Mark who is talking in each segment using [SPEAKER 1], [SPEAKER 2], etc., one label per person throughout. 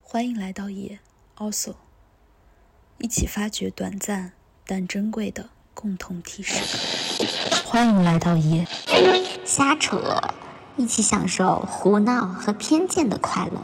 [SPEAKER 1] 欢迎来到也 also， 一起发掘短暂但珍贵的共同体时刻。欢迎来到也
[SPEAKER 2] 瞎扯，一起享受胡闹和偏见的快乐。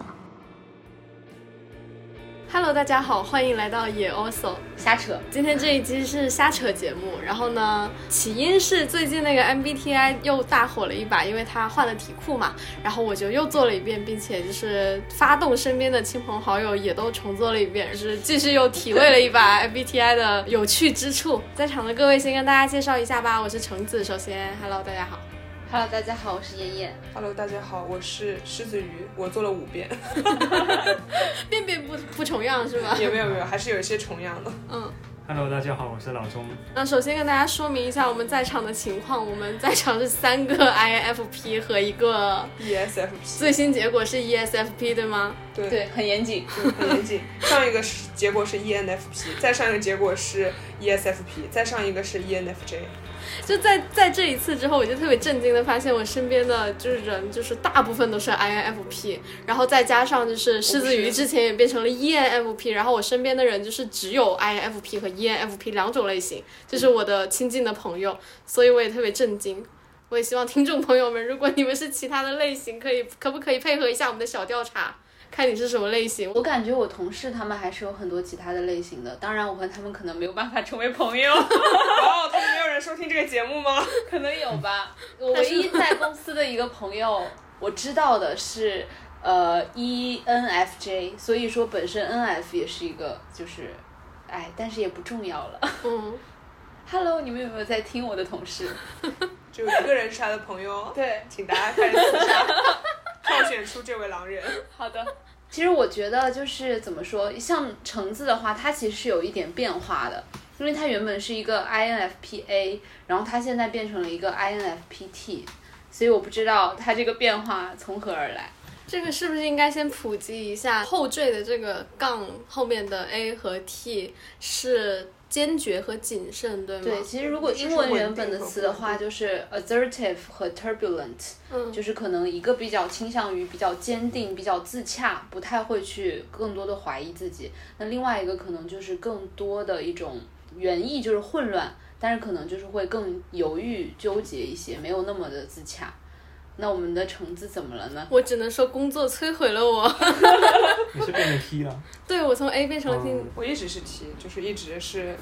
[SPEAKER 3] Hello， 大家好，欢迎来到也 also
[SPEAKER 4] 瞎扯。
[SPEAKER 3] 今天这一期是瞎扯节目，然后呢，起因是最近那个 MBTI 又大火了一把，因为它换了题库嘛，然后我就又做了一遍，并且就是发动身边的亲朋好友也都重做了一遍，就是继续又体味了一把 MBTI 的有趣之处。在场的各位先跟大家介绍一下吧，我是橙子。首先 Hello， 大家好。
[SPEAKER 4] Hello， 大家好，我是妍妍。
[SPEAKER 5] Hello， 大家好，我是狮子鱼，我做了5遍，
[SPEAKER 3] 遍遍不重样是吧？
[SPEAKER 5] 也没有，还是有一些重样的。
[SPEAKER 6] Hello， 大家好，我是老钟。
[SPEAKER 3] 那首先跟大家说明一下我们在场的情况，我们在场是3个 INFP 和一个
[SPEAKER 5] ESFP，
[SPEAKER 3] 最新结果是 ESFP 对吗？
[SPEAKER 5] 对，
[SPEAKER 4] 很严谨，
[SPEAKER 5] 很严谨。上一个结果是 ENFP， 再上一个结果是 ESFP， 再上一个是 ENFJ。
[SPEAKER 3] 就在这一次之后，我就特别震惊的发现，我身边的就是人，就是大部分都是 INFP， 然后再加上就是狮子鱼之前也变成了 ENFP， 然后我身边的人就是只有 INFP 和 ENFP 2种类型，就是我的亲近的朋友，所以我也特别震惊。我也希望听众朋友们，如果你们是其他的类型，可不可以配合一下我们的小调查，看你是什么类型。
[SPEAKER 4] 我感觉我同事他们还是有很多其他的类型的，当然我和他们可能没有办法成为朋友。
[SPEAKER 5] 哦，他们没有人收听这个节目吗？
[SPEAKER 4] 可能有吧。我唯一在公司的一个朋友我知道的是ENFJ， 所以说本身 NF 也是一个就是但是也不重要了。Hello， 你们有没有在听我的同事？
[SPEAKER 5] 只有1个人是他的朋友。
[SPEAKER 4] 对，
[SPEAKER 5] 请大家开始自杀，挑选出这位狼人。
[SPEAKER 4] 好的。其实我觉得就是怎么说，像橙子的话，它其实是有一点变化的，因为它原本是一个 INFPA， 然后它现在变成了一个 INFPT， 所以我不知道它这个变化从何而来。
[SPEAKER 3] 这个是不是应该先普及一下，后缀的这个杠后面的 A 和 T 是坚决和谨慎，对吗？
[SPEAKER 4] 对，其实如果英文原本的词的话，就是 assertive 和 turbulent，就是可能一个比较倾向于比较坚定、比较自洽，不太会去更多的怀疑自己。那另外一个可能就是更多的一种原意就是混乱，但是可能就是会更犹豫、纠结一些，没有那么的自洽。那我们的橙子怎么了呢？
[SPEAKER 3] 我只能说工作摧毁了我。
[SPEAKER 6] 你是变成 T 了？
[SPEAKER 3] 对，我从 A 变成了 T。
[SPEAKER 5] 我一直是 T， 就是一直是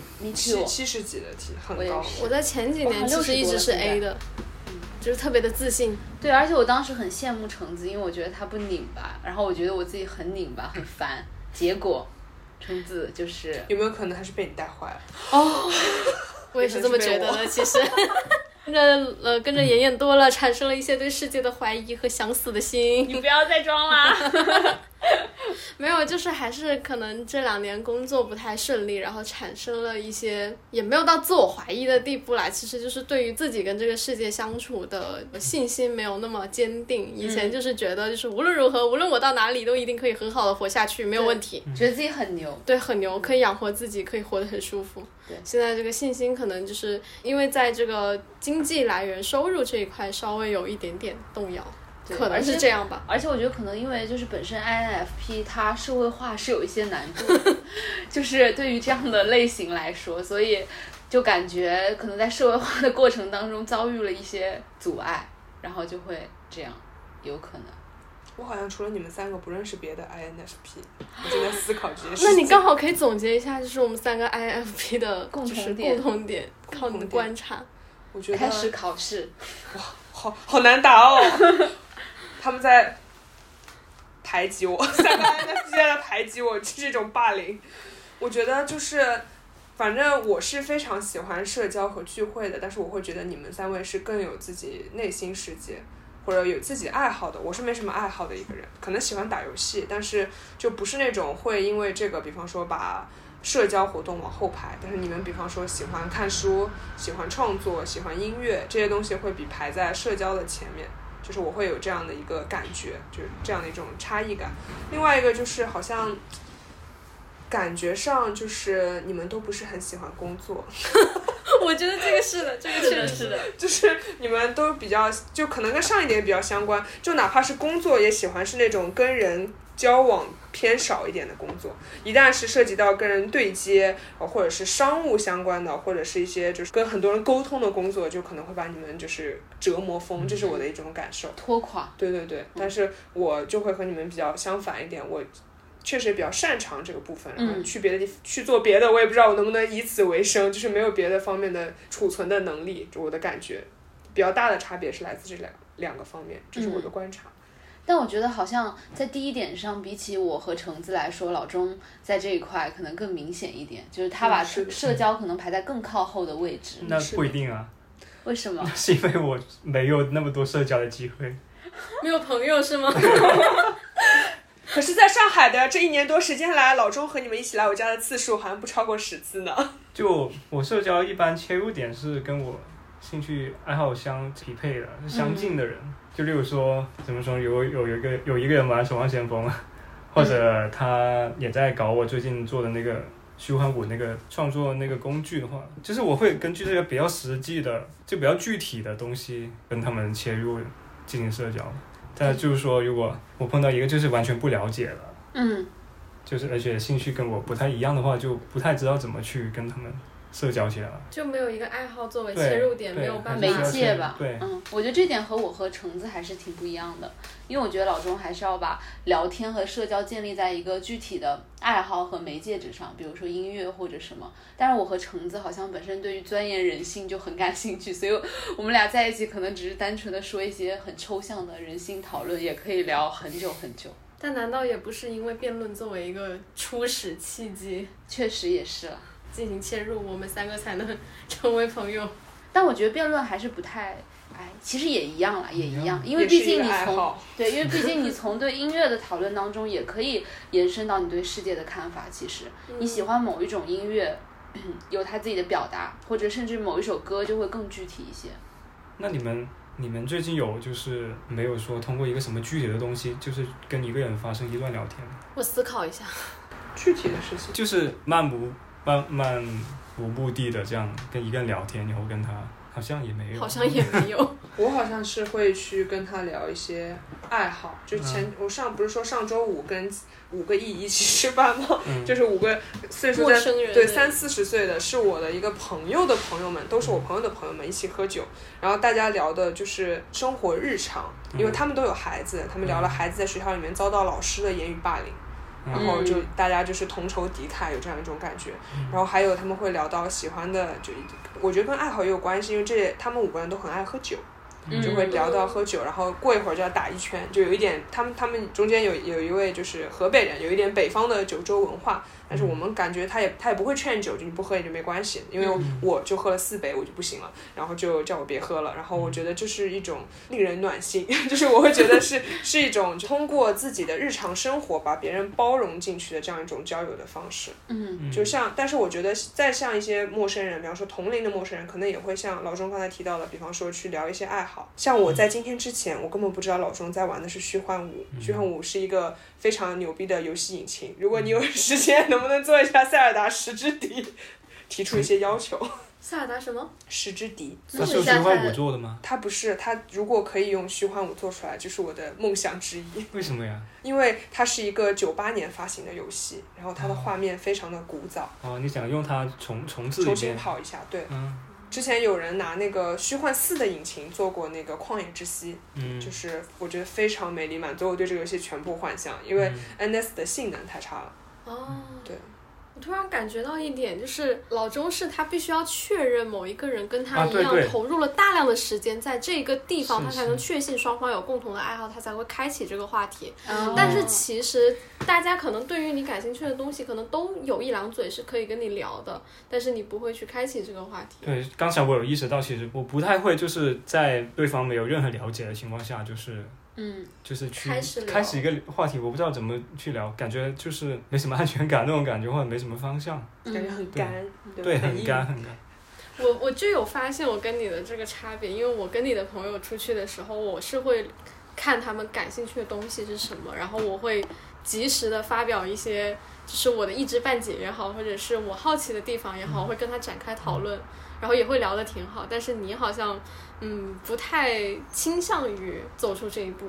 [SPEAKER 5] 70几的 T， 很高。
[SPEAKER 3] 我在前几年其实一直是 A 的，就是特别的自信。
[SPEAKER 4] 对，而且我当时很羡慕橙子，因为我觉得他不拧巴，然后我觉得我自己很拧巴，很烦。结果橙子就是
[SPEAKER 5] 有没有可能他是被你带坏了？
[SPEAKER 3] 我也是这么觉得的，其实。跟着妍妍多了，产生了一些对世界的怀疑和想死的心。
[SPEAKER 4] 你不要再装啦。
[SPEAKER 3] 没有，就是还是可能这2年工作不太顺利，然后产生了一些也没有到自我怀疑的地步啦，其实就是对于自己跟这个世界相处的信心没有那么坚定。以前就是觉得就是无论如何，无论我到哪里都一定可以很好的活下去，没有问题，
[SPEAKER 4] 觉得自己很牛。
[SPEAKER 3] 对，很牛，可以养活自己，可以活得很舒服。
[SPEAKER 4] 对，
[SPEAKER 3] 现在这个信心可能就是因为在这个经济来源收入这一块稍微有一点点动摇，可能是这样吧。
[SPEAKER 4] 而且我觉得可能因为就是本身 INFP 它社会化是有一些难度的就是对于这样的类型来说，所以就感觉可能在社会化的过程当中遭遇了一些阻碍，然后就会这样，有可能。
[SPEAKER 5] 我好像除了你们3个不认识别的 INFP， 我正在思考这件事情。
[SPEAKER 3] 那你刚好可以总结一下，就是我们3个 INFP 的
[SPEAKER 4] 共
[SPEAKER 3] 同点，靠你的观察。
[SPEAKER 5] 我觉得
[SPEAKER 4] 开始考试，
[SPEAKER 5] 哇，好难答哦。他们在排挤我，3个 INFP 在排挤我，这种霸凌。我觉得就是，反正我是非常喜欢社交和聚会的，但是我会觉得你们3位是更有自己内心世界。或者有自己爱好的，我是没什么爱好的一个人，可能喜欢打游戏，但是就不是那种会因为这个，比方说把社交活动往后排。但是你们比方说喜欢看书、喜欢创作、喜欢音乐，这些东西会比排在社交的前面，就是我会有这样的一个感觉，就是这样的一种差异感。另外一个就是好像感觉上就是你们都不是很喜欢工作。
[SPEAKER 3] 我觉得这个是的，这个确实是的，
[SPEAKER 5] 就是你们都比较，就可能跟上一点比较相关，就哪怕是工作也喜欢是那种跟人交往偏少一点的工作，一旦是涉及到跟人对接，或者是商务相关的，或者是一些就是跟很多人沟通的工作，就可能会把你们就是折磨疯，这是我的一种感受，
[SPEAKER 4] 拖垮。
[SPEAKER 5] 对对对，但是我就会和你们比较相反一点，我确实比较擅长这个部分，然后去别的地方去做别的，我也不知道我能不能以此为生，就是没有别的方面的储存的能力，我的感觉比较大的差别是来自这两个方面，这是我的观察。
[SPEAKER 4] 但我觉得好像在第一点上，比起我和橙子来说，老钟在这一块可能更明显一点，就是他把社交可能排在更靠后的位置。
[SPEAKER 6] 那不一定啊。
[SPEAKER 4] 为什么？
[SPEAKER 6] 是因为我没有那么多社交的机会。
[SPEAKER 3] 没有朋友是吗？
[SPEAKER 5] 可是在上海的这1年多时间来，老钟和你们一起来我家的次数好像不超过10次呢。
[SPEAKER 6] 就我社交一般切入点是跟我兴趣爱好相匹配的，相近的人。就例如说，怎么说，有一个人玩守望先锋，或者他也在搞我最近做的那个虚幻五那个创作那个工具的话，就是我会根据这个比较实际的，就比较具体的东西跟他们切入进行社交。但就是说，如果我碰到一个就是完全不了解的，就是而且兴趣跟我不太一样的话，就不太知道怎么去跟他们社交起来了，
[SPEAKER 3] 就没有一个爱好作为切入点，没有办法
[SPEAKER 4] 媒介吧。
[SPEAKER 6] 对，
[SPEAKER 4] 我觉得这点和我和橙子还是挺不一样的，因为我觉得老钟还是要把聊天和社交建立在一个具体的爱好和媒介之上，比如说音乐或者什么。但是我和橙子好像本身对于钻研人性就很感兴趣，所以我们俩在一起可能只是单纯的说一些很抽象的人性讨论，也可以聊很久很久。
[SPEAKER 3] 但难道也不是因为辩论作为一个初始契机，
[SPEAKER 4] 确实也是了，
[SPEAKER 3] 进行切入，我们3个才能成为朋友？
[SPEAKER 4] 但我觉得辩论还是不太，其实也一样啦，也一样，因为毕竟你因为毕竟你从对音乐的讨论当中，也可以延伸到你对世界的看法。其实你喜欢某一种音乐，有它自己的表达，或者甚至某一首歌就会更具体一些。
[SPEAKER 6] 那你们最近有就是没有说通过一个什么具体的东西，就是跟一个人发生一段聊天？
[SPEAKER 3] 我思考一下，
[SPEAKER 5] 具体的事情
[SPEAKER 6] 就是漫无目的的这样跟一个人聊天，然后跟他好像也没有，
[SPEAKER 5] 我好像是会去跟他聊一些爱好，就我不是说上周五跟5个亿一起吃饭吗？就是5个岁数在对30-40岁的，是我的一个朋友的朋友们，都是我朋友的朋友们一起喝酒，然后大家聊的就是生活日常，因为他们都有孩子，他们聊了孩子在学校里面遭到老师的言语霸凌。然后就大家就是同仇敌忾，有这样一种感觉。然后还有他们会聊到喜欢的，就我觉得跟爱好也有关系，因为他们5个人都很爱喝酒，就会聊到喝酒，然后过一会儿就要打一圈，就有一点他们中间有一位就是河北人，有一点北方的九州文化，但是我们感觉他也不会劝酒，就你不喝也就没关系，因为我就喝了4杯我就不行了，然后就叫我别喝了，然后我觉得这是一种令人暖心，就是我会觉得是一种通过自己的日常生活把别人包容进去的这样一种交友的方式。就像，但是我觉得再像一些陌生人，比方说同龄的陌生人，可能也会像老钟刚才提到的，比方说去聊一些爱好。像我在今天之前，我根本不知道老钟在玩的是虚幻五，虚幻五是一个非常牛逼的游戏引擎，如果你有时间能不能做一下塞尔达十之敌，提出一些要求。
[SPEAKER 3] 塞尔达什么？
[SPEAKER 5] 十之敌。
[SPEAKER 6] 那是虚幻五做的吗？
[SPEAKER 5] 它不是，它如果可以用虚幻五做出来，就是我的梦想之一。
[SPEAKER 6] 为什么呀？
[SPEAKER 5] 因为它是一个98年发行的游戏，然后它的画面非常的古早。
[SPEAKER 6] 你想用它重
[SPEAKER 5] 新跑一下，对。之前有人拿那个虚幻4的引擎做过那个旷野之息，就是我觉得非常美丽，满足我对这个游戏全部幻想，因为 NS 的性能太差了。对。
[SPEAKER 3] 我突然感觉到一点，就是老钟是他必须要确认某一个人跟他一样投入了大量的时间在这个地方，他才能确信双方有共同的爱好，他才会开启这个话题。但是其实大家可能对于你感兴趣的东西可能都有1两嘴是可以跟你聊的，但是你不会去开启这个话题。
[SPEAKER 6] 对，刚才我有意识到，其实我不太会就是在对方没有任何了解的情况下，就是去开始一个话题，我不知道怎么去聊，感觉就是没什么安全感那种感觉，或者没什么方向，
[SPEAKER 5] 感觉很干，
[SPEAKER 6] 对，很干。
[SPEAKER 3] 我就有发现我跟你的这个差别，因为我跟你的朋友出去的时候，我是会看他们感兴趣的东西是什么，然后我会及时的发表一些就是我的一知半解也好，或者是我好奇的地方也好，会跟他展开讨论，然后也会聊得挺好。但是你好像不太倾向于走出这一步。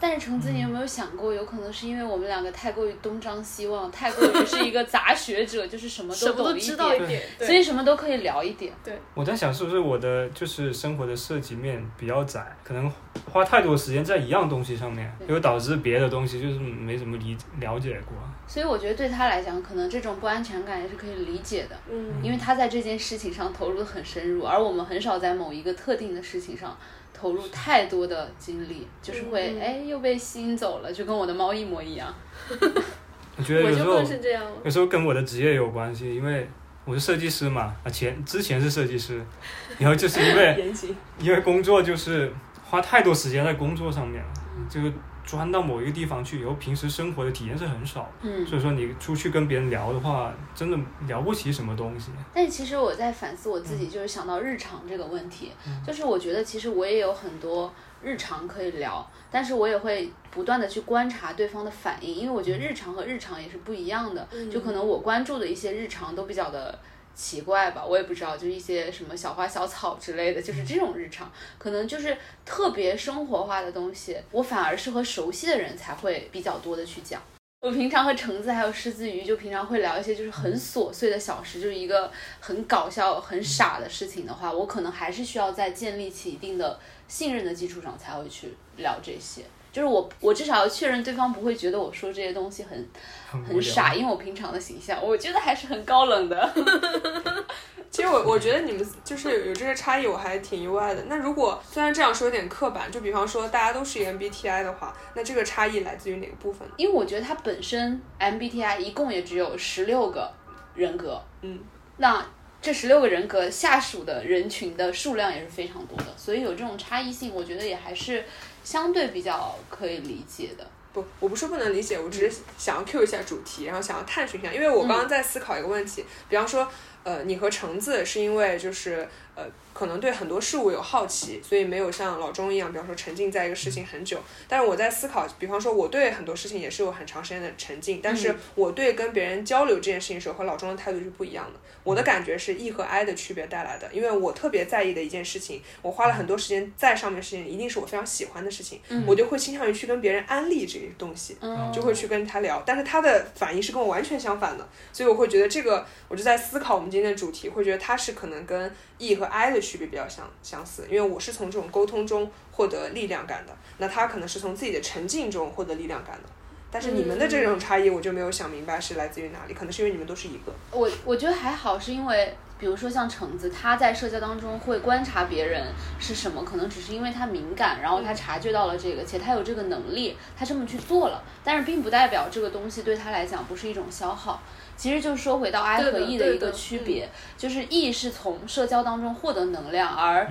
[SPEAKER 4] 但是橙子，你有没有想过，有可能是因为我们两个太过于东张西望，太过于是一个杂学者，就是什么都懂
[SPEAKER 3] 知道一点，
[SPEAKER 4] 所以什么都可以聊一点。
[SPEAKER 3] 对，
[SPEAKER 6] 我在想是不是我的就是生活的涉及面比较窄，可能花太多时间在一样东西上面，又导致别的东西就是没怎么了解过。
[SPEAKER 4] 所以我觉得对他来讲，可能这种不安全感也是可以理解的，因为他在这件事情上投入得很深入，而我们很少在某一个特定的事情上投入太多的精力，就是会又被吸引走了，就跟我的猫一模一样。
[SPEAKER 6] 我觉得有时候跟我的职业有关系，因为我是设计师嘛，之前是设计师，然后就是因为工作就是花太多时间在工作上面了，就钻到某一个地方去以后，平时生活的体验是很少，所以说你出去跟别人聊的话，真的聊不起什么东西。
[SPEAKER 4] 但其实我在反思我自己，就是想到日常这个问题，就是我觉得其实我也有很多日常可以聊，但是我也会不断的去观察对方的反应，因为我觉得日常和日常也是不一样的，就可能我关注的一些日常都比较的奇怪吧，我也不知道，就是一些什么小花小草之类的，就是这种日常，可能就是特别生活化的东西，我反而是和熟悉的人才会比较多的去讲。我平常和橙子还有狮子鱼就平常会聊一些就是很琐碎的小事，就是一个很搞笑很傻的事情的话，我可能还是需要在建立起一定的信任的基础上才会去聊这些，就是我至少要确认对方不会觉得我说这些东西很傻，因为我平常的形象我觉得还是很高冷的。
[SPEAKER 5] 其实我觉得你们就是有这个差异，我还挺意外的。那如果虽然这样说有点刻板，就比方说大家都是 MBTI 的话，那这个差异来自于哪个部分？
[SPEAKER 4] 因为我觉得它本身 MBTI 一共也只有16个人格，那这16个人格下属的人群的数量也是非常多的，所以有这种差异性，我觉得也还是相对比较可以理解的。
[SPEAKER 5] 不，我不是不能理解，我只是想要 Q 一下主题，然后想要探寻一下，因为我刚刚在思考一个问题，比方说你和橙子是因为就是可能对很多事物有好奇，所以没有像老钟一样比方说沉浸在一个事情很久，但是我在思考，比方说我对很多事情也是有很长时间的沉浸，但是我对跟别人交流这件事情的时候和老钟的态度是不一样的。我的感觉是 E 和 I 的区别带来的，因为我特别在意的一件事情，我花了很多时间在上面的事情一定是我非常喜欢的事情，我就会倾向于去跟别人安利这个东西，就会去跟他聊，但是他的反应是跟我完全相反的，所以我会觉得这个，我就在思考我们今天的主题，会觉得他是可能跟 E 和 I 的区别比较相似，因为我是从这种沟通中获得力量感的，那他可能是从自己的沉浸中获得力量感的。但是你们的这种差异我就没有想明白是来自于哪里，可能是因为你们都是一个。
[SPEAKER 4] 我觉得还好，是因为比如说像橙子，他在社交当中会观察别人是什么，可能只是因为他敏感，然后他察觉到了这个，且他有这个能力，他这么去做了，但是并不代表这个东西对他来讲不是一种消耗。其实就是说回到 I 和 E 的一个区别，就是 E 是从社交当中获得能量，而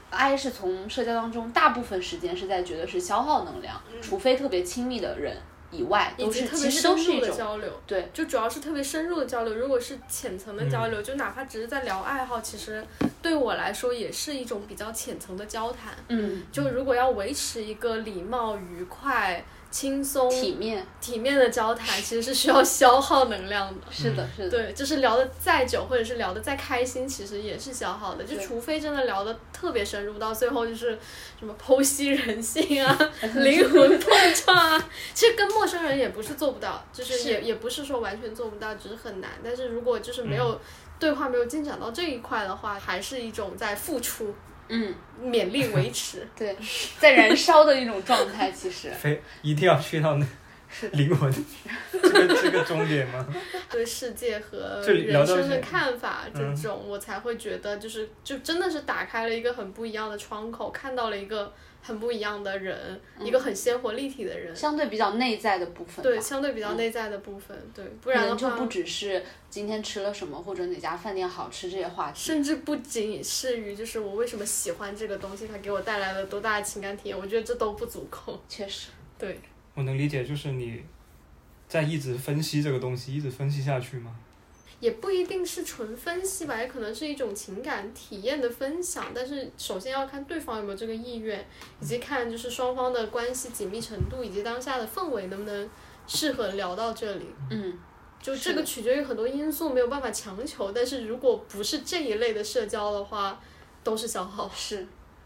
[SPEAKER 4] I 是从社交当中大部分时间是在觉得是消耗能量，除非特别亲密的人以外，都是其实都是一种
[SPEAKER 3] 交流，
[SPEAKER 4] 对，
[SPEAKER 3] 就主要是特别深入的交流。如果是浅层的交流，就哪怕只是在聊爱好，其实对我来说也是一种比较浅层的交谈。就如果要维持一个礼貌、愉快、轻松、体面的交谈，其实是需要消耗能量的。
[SPEAKER 4] 是的，是的。
[SPEAKER 3] 对，就是聊得再久，或者是聊得再开心，其实也是消耗的。就除非真的聊得特别深入，到最后就是什么剖析人性啊、灵魂碰撞啊，其实跟陌生人也不是做不到，就是也不是说完全做不到，只是很难。但是如果就是没有对话没有进展到这一块的话，还是一种在付出。勉力维持。
[SPEAKER 4] 对，在燃烧的一种状态，其实
[SPEAKER 6] 一定要去到那灵魂这个终点吗？
[SPEAKER 3] 对世界和人生的看法这种，我才会觉得就真的是打开了一个很不一样的窗口，看到了一个很不一样的人，一个很鲜活立体的人，
[SPEAKER 4] 相对比较内在的部分。
[SPEAKER 3] 对，相对比较内在的部分，对，不然的话
[SPEAKER 4] 就不只是今天吃了什么或者哪家饭店好吃这些话题，
[SPEAKER 3] 甚至不仅是于就是我为什么喜欢这个东西，它给我带来了多大的情感体验，我觉得这都不足够。
[SPEAKER 4] 确实，
[SPEAKER 3] 对。
[SPEAKER 6] 我能理解，就是你在一直分析这个东西，一直分析下去吗？
[SPEAKER 3] 也不一定是纯分析吧，也可能是一种情感体验的分享，但是首先要看对方有没有这个意愿，以及看就是双方的关系紧密程度，以及当下的氛围能不能适合聊到这里。就这个取决于很多因素，没有办法强求，但是如果不是这一类的社交的话，都是消耗。
[SPEAKER 4] 是，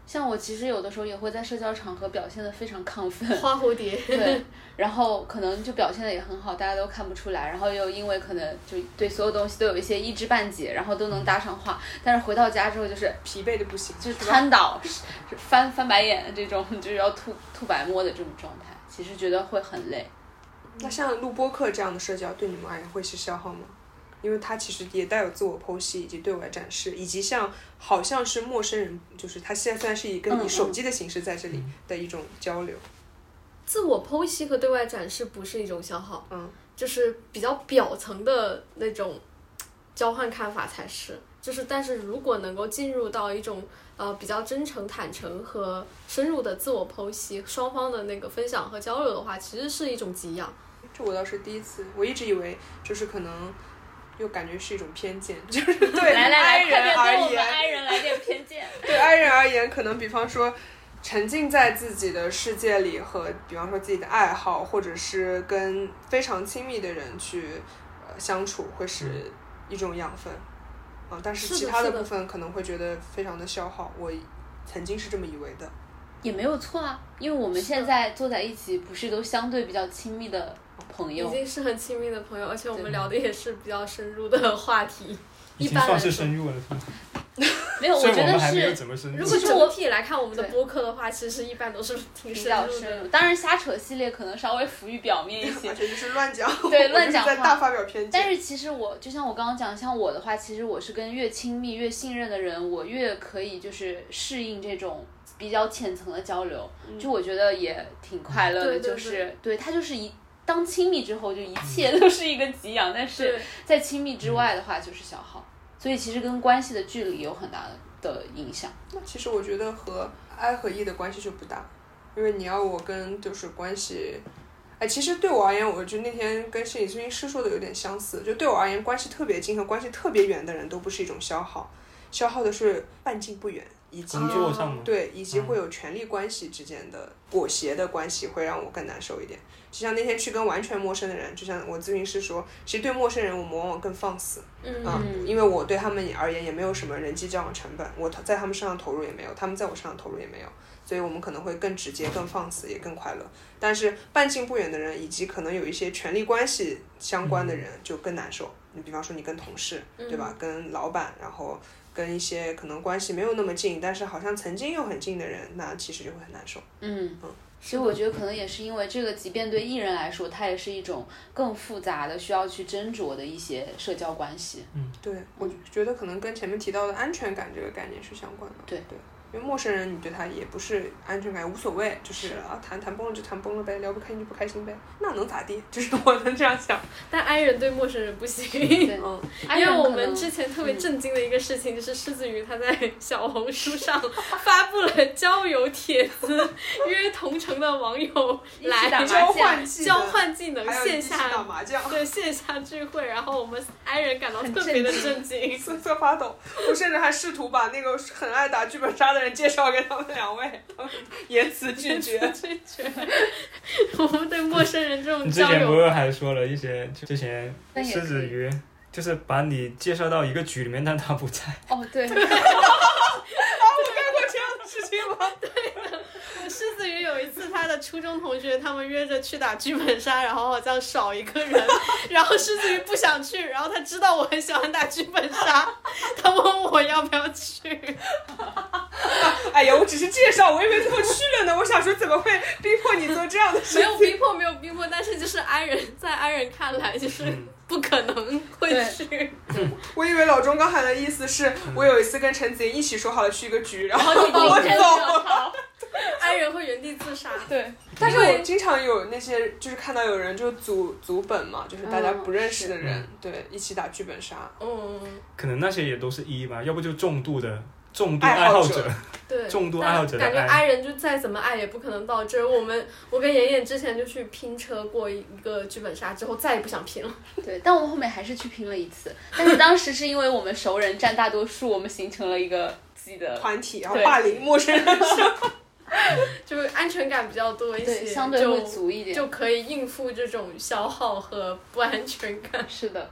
[SPEAKER 4] 像我其实有的时候也会在社交场合表现得非常亢奋，
[SPEAKER 3] 花蝴蝶，
[SPEAKER 4] 对，然后可能就表现得也很好，大家都看不出来，然后又因为可能就对所有东西都有一些一知半解，然后都能搭上话，但是回到家之后就是
[SPEAKER 5] 疲惫的不行，
[SPEAKER 4] 就是瘫倒、翻白眼这种，就是要吐白沫的这种状态，其实觉得会很累。
[SPEAKER 5] 那像录播课这样的社交对你们而言会是消耗吗？因为它其实也带有自我剖析以及对外展示，以及像好像是陌生人，就是他现在虽然是以跟你手机的形式在这里的一种交流。
[SPEAKER 3] 自我剖析和对外展示不是一种消耗，就是比较表层的那种交换看法才是。就是但是如果能够进入到一种比较真诚坦诚和深入的自我剖析，双方的那个分享和交流的话，其实是一种给养。
[SPEAKER 5] 这我倒是第一次，我一直以为就是可能又感觉是一种偏见，就是对
[SPEAKER 4] 来
[SPEAKER 5] I 人而言，
[SPEAKER 4] 快点对我们 I 人来点偏见。
[SPEAKER 5] 对 I 人而言，可能比方说沉浸在自己的世界里和比方说自己的爱好，或者是跟非常亲密的人去相处，会是一种养分但是其他的部分可能会觉得非常的消耗，我曾经是这么以为的。
[SPEAKER 4] 也没有错啊，因为我们现在坐在一起不是都相对比较亲密的朋友，
[SPEAKER 3] 已经是很亲密的朋友，而且我们聊的也是比较深入的话题，
[SPEAKER 6] 已经算是深入了。
[SPEAKER 4] 没有，我觉得是。
[SPEAKER 3] 如果整体来看我们的播客的话，其实一般都是挺深入的。
[SPEAKER 4] 当然，瞎扯系列可能稍微浮于表面一些，
[SPEAKER 5] 而且就是乱讲，
[SPEAKER 4] 对，乱讲话，
[SPEAKER 5] 在大发表偏见。
[SPEAKER 4] 但是其实我就像我刚刚讲，像我的话，其实我是跟越亲密、越信任的人，我越可以就是适应这种比较浅层的交流，就我觉得也挺快乐的，就是对他就是当亲密之后，就一切都是一个给养，但是在亲密之外的话就是消耗。所以其实跟关系的距离有很大的影响。
[SPEAKER 5] 那其实我觉得和 I 和 E 的关系就不大，因为你要我跟就是关系，其实对我而言，我就那天跟心理咨询师说的有点相似，就对我而言，关系特别近和关系特别远的人都不是一种消耗，消耗的是半近不远，以及
[SPEAKER 6] 工作上
[SPEAKER 5] 对，以及会有权力关系之间的裹挟的关系，会让我更难受一点。就像那天去跟完全陌生的人，就像我咨询师说，其实对陌生人我们往往更放肆，因为我对他们而言也没有什么人际交往成本，我在他们身上投入也没有，他们在我身上投入也没有，所以我们可能会更直接、更放肆，也更快乐。但是半近不远的人，以及可能有一些权力关系相关的人，就更难受。你比方说你跟同事，对吧？跟老板，然后跟一些可能关系没有那么近，但是好像曾经又很近的人，那其实就会很难受。
[SPEAKER 4] 所以我觉得可能也是因为这个，即便对艺人来说，它也是一种更复杂的需要去斟酌的一些社交关系。
[SPEAKER 5] 对，我觉得可能跟前面提到的安全感这个概念是相关的。
[SPEAKER 4] 对，
[SPEAKER 5] 因为陌生人你对他也不是安全感无所谓，就是谈崩了就谈崩了呗，聊不开心就不开心呗，那能咋地？就是我能这样想。
[SPEAKER 3] 但 I 人对陌生人不行，
[SPEAKER 4] 对，
[SPEAKER 3] 因为我们之前特别震惊的一个事情就是狮子鱼他在小红书上发布了交友帖子，约同城的网友来交换技能，线下
[SPEAKER 5] 打麻将，
[SPEAKER 3] 对，线下聚会，然后我们 I 人感到特别的震惊，
[SPEAKER 5] 瑟瑟发抖。我甚至还试图把那个很爱打剧本杀的人介绍给他们两位，他们言辞拒绝。
[SPEAKER 3] 我们对陌生人这种
[SPEAKER 6] 交流，你之前不是还说了一些，之前狮子鱼就是把你介绍到一个局里面，但他不在。
[SPEAKER 4] 哦，对。
[SPEAKER 5] 我干过这样的事情吗？
[SPEAKER 3] 对的。狮子鱼有一次，他的初中同学他们约着去打剧本杀，然后好像少一个人，然后狮子鱼不想去，然后他知道我很喜欢打剧本杀，他问我要不要去。
[SPEAKER 5] 哎呀，我只是介绍，我以为最后去了呢。我想说怎么会逼迫你做这样的事情？
[SPEAKER 3] 没有逼迫，但是就是在I人看来就是不可能会去。
[SPEAKER 5] 我以为老钟刚才的意思是我有一次跟陈子妍一起说好了去一个局，然后
[SPEAKER 3] 我
[SPEAKER 5] 走。
[SPEAKER 3] I人会原地自杀。
[SPEAKER 4] 对，
[SPEAKER 5] 但是我经常有那些就是看到有人就组本嘛，就是大家不认识的人，对，一起打剧本杀。
[SPEAKER 6] 可能那些也都是一吧，要不就重度爱好者，
[SPEAKER 3] 对，
[SPEAKER 6] 重度爱好者的
[SPEAKER 3] 感觉 I 人就再怎么爱也不可能到这儿。我跟妍妍之前就去拼车过一个剧本杀之后，再也不想拼了。
[SPEAKER 4] 对，但我们后面还是去拼了一次，但是当时是因为我们熟人占大多数，我们形成了一个自己的
[SPEAKER 5] 团体，然后霸凌陌生人。
[SPEAKER 3] 就是安全感比较多一些，
[SPEAKER 4] 相对会足一点，
[SPEAKER 3] 就可以应付这种消耗和不安全感。
[SPEAKER 4] 是的。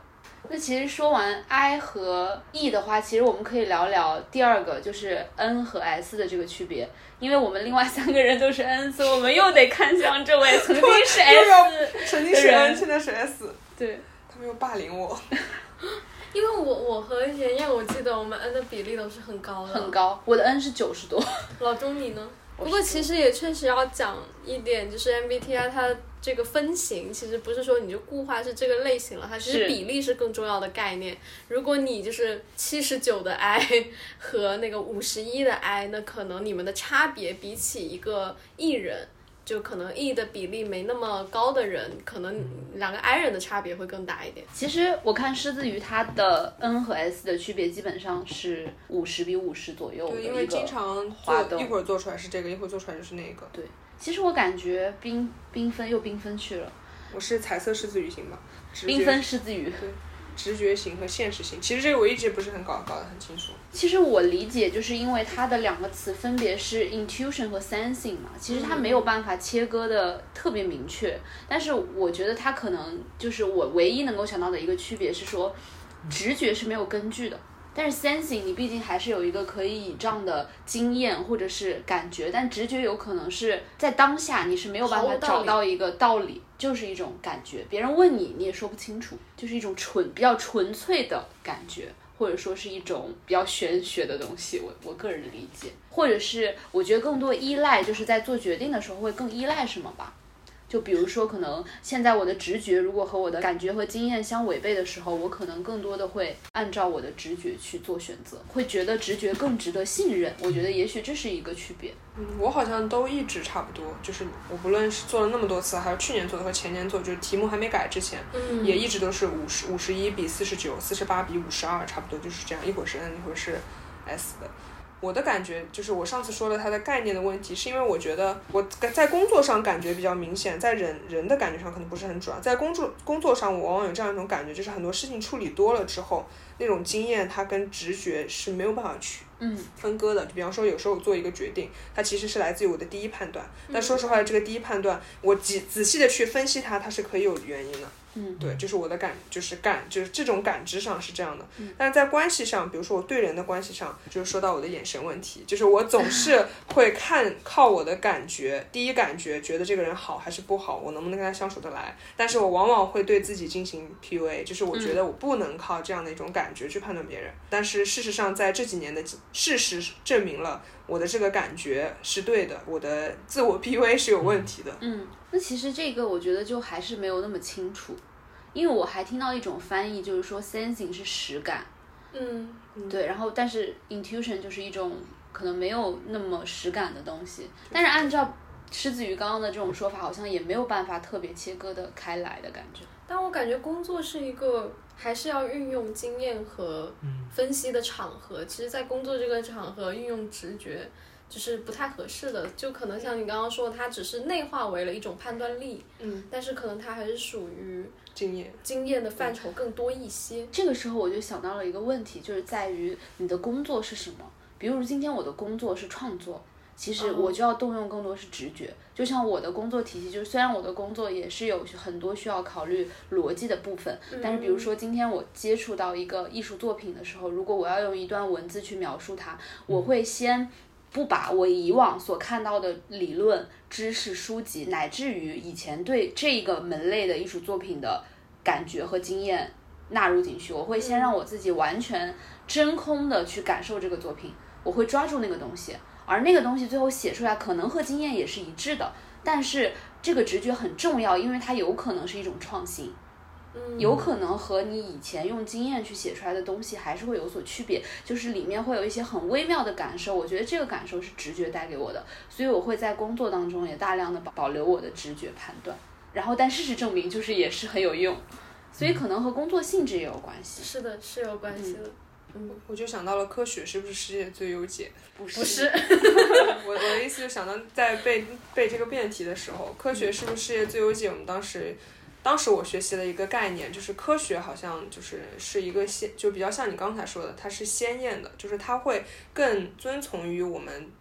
[SPEAKER 4] 那其实说完 I 和 E 的话，其实我们可以聊聊第二个，就是 N 和 S 的这个区别。因为我们另外3个人都是 N， 所以我们又得看向这位曾经是 S
[SPEAKER 5] 曾经是 N 现在是 S。
[SPEAKER 4] 对，
[SPEAKER 5] 他们又霸凌我。
[SPEAKER 3] 因为我和妍妍，我记得我们 N 的比例都是很高的，
[SPEAKER 4] 很高，我的 N 是90多。
[SPEAKER 3] 老钟你呢？不过其实也确实要讲一点，就是 MBTI 它这个分型其实不是说你就固化是这个类型了，它其实比例是更重要的概念。如果你就是79的 I 和那个51的 I， 那可能你们的差别比起一个 E 人，就可能 E 的比例没那么高的人，可能2个 I 人的差别会更大一点。
[SPEAKER 4] 其实我看狮子鱼它的 N 和 S 的区别基本上是50比50左右的一个滑动。
[SPEAKER 5] 对，因为经常一会儿做出来是这个，一会儿做出来就是那个。
[SPEAKER 4] 对，其实我感觉缤纷又缤纷去了。
[SPEAKER 5] 我是彩色狮子鱼型吧，
[SPEAKER 4] 缤纷狮子鱼。
[SPEAKER 5] 对，直觉型和现实型。其实这个我一直不是很搞得很清楚。
[SPEAKER 4] 其实我理解，就是因为它的2个词分别是 intuition 和 sensing 嘛，其实它没有办法切割的特别明确。但是我觉得它可能就是我唯一能够想到的一个区别是说，直觉是没有根据的。但是 sensing 你毕竟还是有一个可以倚仗的经验或者是感觉，但直觉有可能是在当下你是没有办法找到一个道理，就是一种感觉，别人问你也说不清楚，就是一种比较纯粹的感觉，或者说是一种比较玄学的东西，我个人的理解。或者是我觉得更多依赖，就是在做决定的时候会更依赖什么吧。就比如说可能现在我的直觉如果和我的感觉和经验相违背的时候，我可能更多的会按照我的直觉去做选择，会觉得直觉更值得信任。我觉得也许这是一个区别。
[SPEAKER 5] 我好像都一直差不多，就是我不论是做了那么多次，还有去年做的和前年做，就是题目还没改之前，也一直都是51比49 48比52，差不多就是这样，一会儿是 N 一会儿是 S 的。我的感觉就是我上次说了它的概念的问题，是因为我觉得我在工作上感觉比较明显，在人的感觉上可能不是很主要。在工作上我往往有这样一种感觉，就是很多事情处理多了之后，那种经验它跟直觉是没有办法去分割的。就比方说有时候我做一个决定，它其实是来自于我的第一判断，但说实话这个第一判断我仔细的去分析它是可以有原因的。对，就是我的就是这种感知上是这样的。但是在关系上，比如说我对人的关系上，就是说到我的眼神问题，就是我总是会靠我的感觉，第一感觉觉得这个人好还是不好，我能不能跟他相处得来。但是我往往会对自己进行 PUA， 就是我觉得我不能靠这样的一种感觉去判断别人。但是事实上在这几年的事实证明了我的这个感觉是对的，我的自我 PUA 是有问题的。
[SPEAKER 4] 那其实这个我觉得就还是没有那么清楚，因为我还听到一种翻译，就是说 sensing 是实感，对，然后但是 intuition 就是一种可能没有那么实感的东西。但是按照狮子鱼刚刚的这种说法，好像也没有办法特别切割的开来的感觉。
[SPEAKER 3] 但我感觉工作是一个还是要运用经验和分析的场合，其实在工作这个场合运用直觉就是不太合适的，就可能像你刚刚说的，它只是内化为了一种判断力，但是可能它还是属于经验的范畴更多一些。
[SPEAKER 4] 这个时候我就想到了一个问题，就是在于你的工作是什么。比如今天我的工作是创作，其实我就要动用更多是直觉。就像我的工作体系，就是虽然我的工作也是有很多需要考虑逻辑的部分，但是比如说今天我接触到一个艺术作品的时候，如果我要用一段文字去描述它，我会先不把我以往所看到的理论知识书籍，乃至于以前对这个门类的艺术作品的感觉和经验纳入进去，我会先让我自己完全真空的去感受这个作品，我会抓住那个东西，而那个东西最后写出来可能和经验也是一致的，但是这个直觉很重要，因为它有可能是一种创新，有可能和你以前用经验去写出来的东西还是会有所区别，就是里面会有一些很微妙的感受，我觉得这个感受是直觉带给我的，所以我会在工作当中也大量的保留我的直觉判断，然后但事实证明就是也是很有用，所以可能和工作性质也有关系。
[SPEAKER 3] 是的，是有关系的。
[SPEAKER 5] 我就想到了科学是不是世界最优解？
[SPEAKER 4] 不是
[SPEAKER 5] 我的意思就想到在背这个辩题的时候，科学是不是世界最优解？我们当时我学习了一个概念，就是科学好像是一个就比较像你刚才说的，它是鲜艳的，就是它会更遵从于我们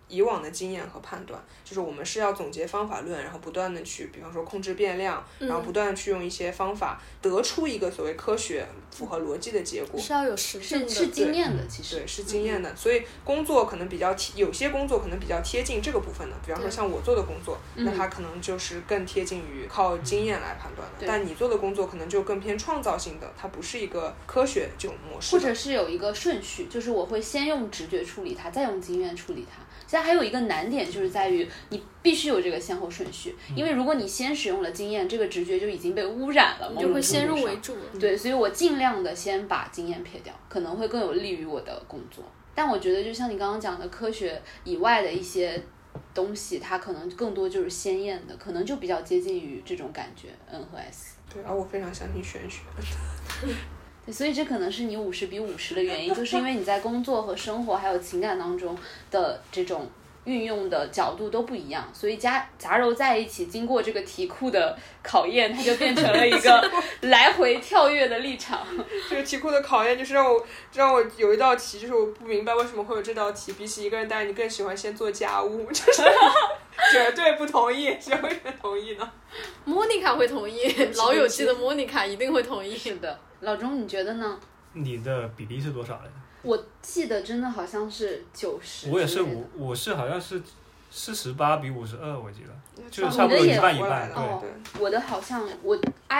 [SPEAKER 5] 以往的经验和判断，就是我们是要总结方法论，然后不断的去，比方说控制变量，然后不断的去用一些方法得出一个所谓科学符合逻辑的结果，
[SPEAKER 3] 是要有实证的，
[SPEAKER 4] 是经验的，其实
[SPEAKER 5] 对是经验的，所以工作可能比较有些工作可能比较贴近这个部分的，比方说像我做的工作，那它可能就是更贴近于靠经验来判断的，但你做的工作可能就更偏创造性的，它不是一个科学这种模式，
[SPEAKER 4] 或者是有一个顺序，就是我会先用直觉处理它，再用经验处理它。现在还有一个难点就是在于你必须有这个先后顺序，因为如果你先使用了经验，这个直觉就已经被污染了，
[SPEAKER 3] 你就会先入为主。
[SPEAKER 4] 对，所以我尽量的先把经验撇掉，可能会更有利于我的工作。但我觉得就像你刚刚讲的科学以外的一些东西，它可能更多就是鲜艳的，可能就比较接近于这种感觉 N 和 S。
[SPEAKER 5] 对，而我非常相信玄学
[SPEAKER 4] 对，所以这可能是你50:50的原因，就是因为你在工作和生活还有情感当中的这种运用的角度都不一样，所以杂糅在一起，经过这个题库的考验，它就变成了一个来回跳跃的立场。
[SPEAKER 5] 这个题库的考验就是让我有一道题，就是我不明白为什么会有这道题，比起一个人，但是你更喜欢先做家务，就是绝对不同意，谁会同意呢？
[SPEAKER 3] 莫妮卡会同意，老友记的莫妮卡一定会同意。
[SPEAKER 4] 是的，老钟你觉得呢？
[SPEAKER 6] 你的比例是多少来着？
[SPEAKER 4] 我记得真的好像是90。
[SPEAKER 6] 我也是我是好像是48:52，我记得，就是差不多一半一半。
[SPEAKER 5] 对，
[SPEAKER 4] 我的好像我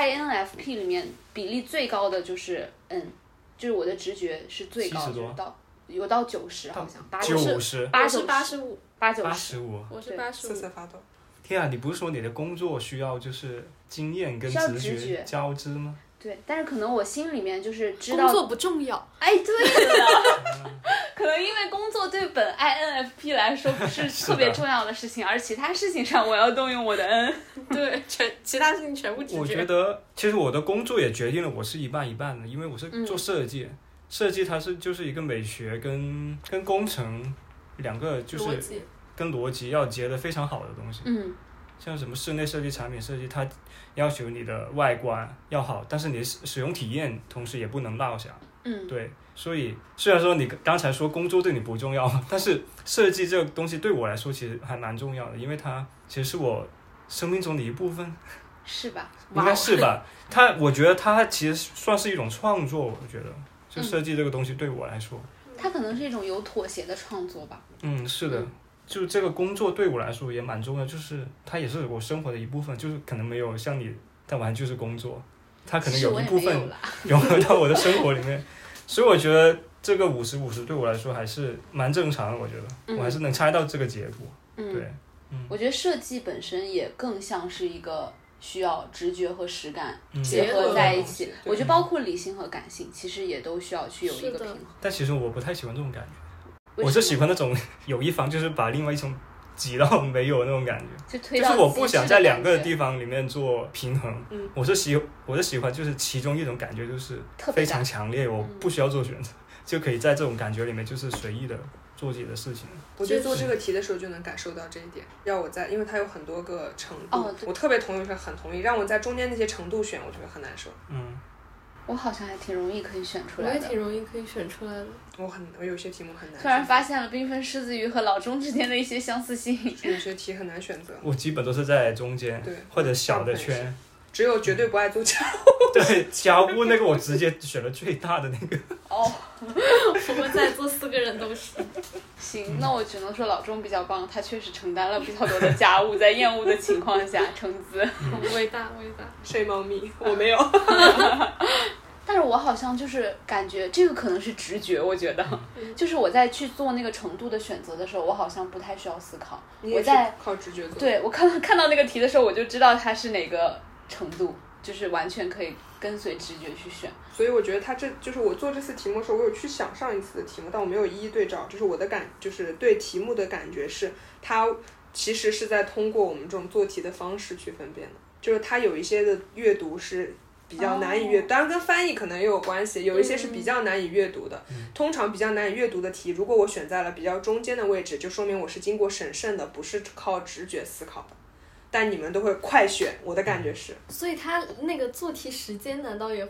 [SPEAKER 4] INFP 里面比例最高的就是 N， 就是我的直觉是最高的，有到90，好像
[SPEAKER 6] 90，
[SPEAKER 3] 85，
[SPEAKER 4] 85，
[SPEAKER 3] 我是85。
[SPEAKER 5] 瑟瑟发抖。
[SPEAKER 6] 天啊，你不是说你的工作需要就是经验跟直觉交织吗？
[SPEAKER 4] 对，但是可能我心里面就是知道
[SPEAKER 3] 工作不重要。
[SPEAKER 4] 哎，对了，可能因为工作对本 INFP 来说不是特别重要的事情，而其他事情上我要动用我的 N。
[SPEAKER 3] 对，其他事情全部直觉。
[SPEAKER 6] 我觉得其实我的工作也决定了我是一半一半的，因为我是做设计，设计它就是一个美学跟工程两个就是跟逻辑要结得非常好的东西。像什么室内设计、产品设计，它要求你的外观要好，但是你的使用体验同时也不能落下。对，所以虽然说你刚才说工作对你不重要，但是设计这个东西对我来说其实还蛮重要的，因为它其实是我生命中的一部分。
[SPEAKER 4] 是吧？
[SPEAKER 6] 应该是吧。我觉得它其实算是一种创作，我觉得就设计这个东西对我来说，
[SPEAKER 4] 它可能是一种有妥协的创作吧。
[SPEAKER 6] 是的。就这个工作对我来说也蛮重要，就是它也是我生活的一部分，就是可能没有像你，它完全就是工作，它可能有一部分融合到我的生活里面，所以我觉得这个50:50对我来说还是蛮正常的，我觉得我还是能猜到这个结果。对，
[SPEAKER 4] 我觉得设计本身也更像是一个需要直觉和实感
[SPEAKER 3] 结
[SPEAKER 4] 合在一起，我觉得包括理性和感性其实也都需要去有一个平衡。
[SPEAKER 6] 但其实我不太喜欢这种感觉。我是喜欢那种有一方就是把另外一方挤到没有那种感觉，就是我不想在两个地方里面做平衡。我是喜欢就是其中一种感觉就是非常强烈，我不需要做选择，就可以在这种感觉里面就是随意的做自己的事情。
[SPEAKER 5] 我觉得做这个题的时候就能感受到这一点，因为它有很多个程度，我特别同意，很同意，让我在中间那些程度选，我觉得很难受。
[SPEAKER 4] 我好像还挺容易可以选出来的。
[SPEAKER 3] 我也挺容易可以选出来的。
[SPEAKER 5] 我有些题目很难。
[SPEAKER 4] 突然发现了缤纷狮子鱼和老钟之间的一些相似性。
[SPEAKER 5] 有些题很难选择。
[SPEAKER 6] 我基本都是在中间，
[SPEAKER 5] 对，
[SPEAKER 6] 或者小的圈。
[SPEAKER 5] 只有绝对不爱做家务。
[SPEAKER 6] 对，家务那个我直接选了最大的那个。
[SPEAKER 3] 我们在座4个人都是。
[SPEAKER 4] 行，那我只能说老钟比较棒，他确实承担了比较多的家务，在厌恶的情况下承资。
[SPEAKER 3] 伟大。
[SPEAKER 5] 睡猫咪，我没有。
[SPEAKER 4] 但是我好像就是感觉这个可能是直觉，我觉得就是我在去做那个程度的选择的时候，我好像不太需要思考。
[SPEAKER 5] 我在靠直觉做。
[SPEAKER 4] 对，我看到那个题的时候，我就知道它是哪个程度，就是完全可以跟随直觉去选。
[SPEAKER 5] 所以我觉得就是我做这次题目的时候，我有去想上一次的题目，但我没有一一对照。就是我的就是对题目的感觉是，它其实是在通过我们这种做题的方式去分辨的，就是它有一些的阅读是比较难以阅读，当然跟翻译可能也有关系，有一些是比较难以阅读的。通常比较难以阅读的题，如果我选在了比较中间的位置，就说明我是经过审慎的，不是靠直觉思考的。但你们都会快选，我的感觉是。
[SPEAKER 3] 所以他那个做题时间难道也会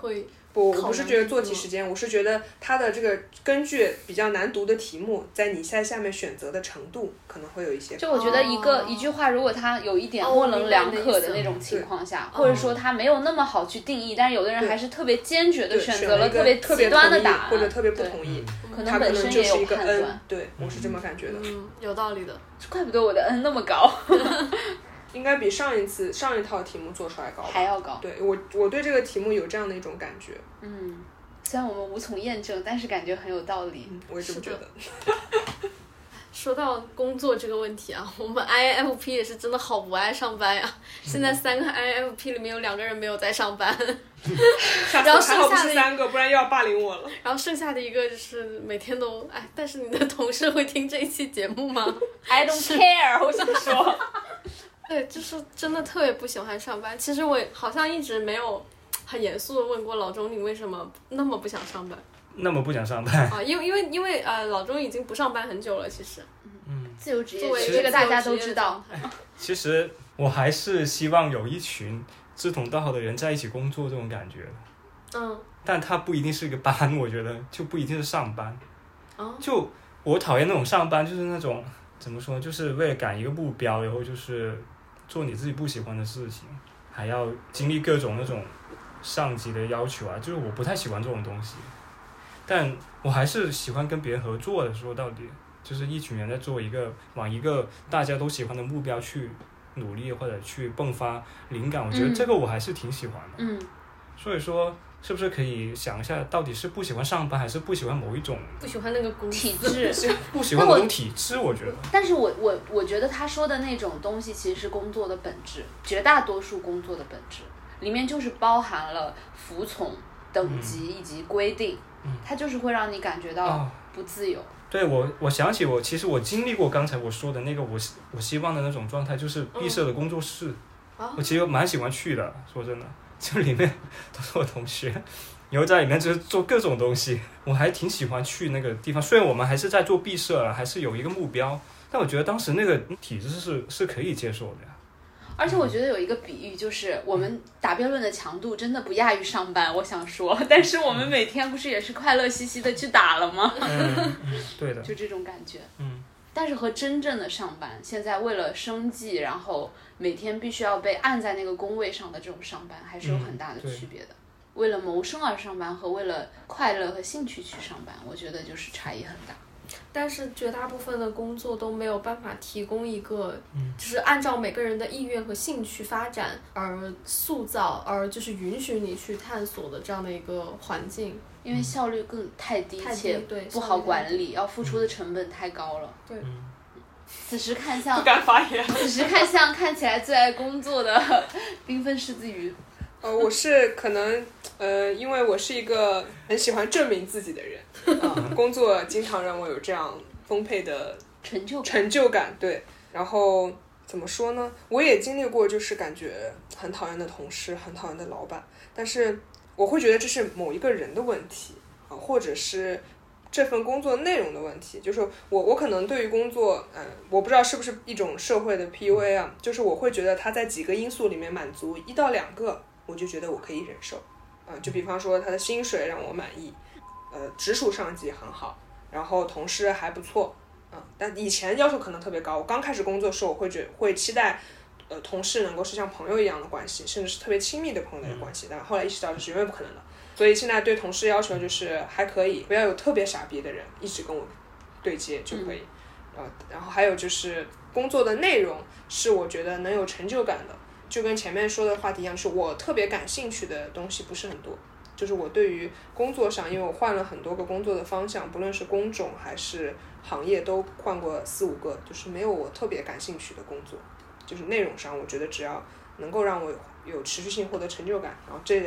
[SPEAKER 5] 我不是觉得做题时间，我是觉得它的这个根据比较难读的题目，在你在下面选择的程度可能会有一些。
[SPEAKER 4] 就我觉得一句话，如果它有一点模棱两可的那种情况下，或者说它没有那么好去定义，但是有的人还是特别坚决的选择了特别极端的答案，
[SPEAKER 5] 或者特别不同意，
[SPEAKER 4] 可能本身也有判断。
[SPEAKER 5] 对，我是这么感觉的。
[SPEAKER 3] 有道理的。
[SPEAKER 4] 怪不得我的 N 那么高。
[SPEAKER 5] 应该比上一套题目做出来高，
[SPEAKER 4] 还要高。
[SPEAKER 5] 对，我对这个题目有这样的一种感觉。
[SPEAKER 4] 虽然我们无从验证，但是感觉很有道理。
[SPEAKER 5] 我也这么觉得。
[SPEAKER 3] 说到工作这个问题啊，我们 INFP 也是真的好不爱上班呀。现在3个 INFP 里面有2个人没有在上班，然后剩下的
[SPEAKER 5] 不是3个，不然又要霸凌我了。
[SPEAKER 3] 然后剩下的1个就是每天都但是你的同事会听这一期节目吗
[SPEAKER 4] ？I don't care， 我想说。
[SPEAKER 3] 对，就是真的特别不喜欢上班。其实我好像一直没有很严肃的问过老钟，你为什么那么不想上班？
[SPEAKER 6] 那么不想上班
[SPEAKER 3] 啊？因为老钟已经不上班很久了，其实。
[SPEAKER 4] 自由职业，这个大家都知道。
[SPEAKER 6] 其实我还是希望有一群志同道合的人在一起工作这种感觉。但它不一定是一个班，我觉得就不一定是上班。就我讨厌那种上班，就是那种怎么说，就是为了赶一个目标，然后就是做你自己不喜欢的事情，还要经历各种那种上级的要求啊，就是我不太喜欢这种东西。但我还是喜欢跟别人合作的，说到底就是一群人在做往一个大家都喜欢的目标去努力，或者去迸发灵感，我觉得这个我还是挺喜欢的。所以说是不是可以想一下，到底是不喜欢上班，还是不喜欢某一种
[SPEAKER 3] 不喜欢那个公司
[SPEAKER 4] 体制
[SPEAKER 6] 不喜欢某种体制？我觉得
[SPEAKER 4] 但是我觉得他说的那种东西其实是工作的本质，绝大多数工作的本质里面就是包含了服从等级以及规定，它就是会让你感觉到不自由。
[SPEAKER 6] 对，我想起其实我经历过刚才我说的那个我希望的那种状态，就是闭塞的工作室。我其实蛮喜欢去的，说真的，就里面都是我同学，然后在里面就是做各种东西，我还挺喜欢去那个地方。虽然我们还是在做闭塞了，还是有一个目标，但我觉得当时那个体制是可以接受的呀。
[SPEAKER 4] 而且我觉得有一个比喻，就是我们打辩论的强度真的不亚于上班，我想说，但是我们每天不是也是快乐兮兮的去打了吗？
[SPEAKER 6] 对的，
[SPEAKER 4] 就这种感觉。但是和真正的上班，现在为了生计，然后每天必须要被按在那个工位上的这种上班，还是有很大的区别的。为了谋生而上班和为了快乐和兴趣去上班，我觉得就是差异很大。
[SPEAKER 3] 但是绝大部分的工作都没有办法提供一个就是按照每个人的意愿和兴趣发展而塑造，而就是允许你去探索的这样的一个环境，
[SPEAKER 4] 因为效率太低且不好管理，要付出的成本太高了。
[SPEAKER 3] 对。
[SPEAKER 4] 此时看向
[SPEAKER 5] 不敢发言。
[SPEAKER 4] 此时看向看起来最爱工作的缤纷狮子鱼。
[SPEAKER 5] 我是可能因为我是一个很喜欢证明自己的人，工作经常让我有这样丰沛的成就感。对，然后怎么说呢？我也经历过，就是感觉很讨厌的同事，很讨厌的老板，但是我会觉得这是某一个人的问题或者是这份工作内容的问题。就是我可能对于工作，我不知道是不是一种社会的 PUA 啊，就是我会觉得他在几个因素里面满足1到2个。我就觉得我可以忍受，就比方说他的薪水让我满意，直属上级很好，然后同事还不错，但以前要求可能特别高。我刚开始工作的时候，我会期待，同事能够是像朋友一样的关系，甚至是特别亲密的朋友的关系，但后来意识到这是永远不可能的。所以现在对同事要求就是还可以，不要有特别傻逼的人一直跟我对接就可以。然后还有就是工作的内容是我觉得能有成就感的。就跟前面说的话题一样，是我特别感兴趣的东西不是很多，就是我对于工作上，因为我换了很多个工作的方向，不论是工种还是行业都换过4、5个，就是没有我特别感兴趣的工作。就是内容上我觉得只要能够让我有持续性获得成就感，然后这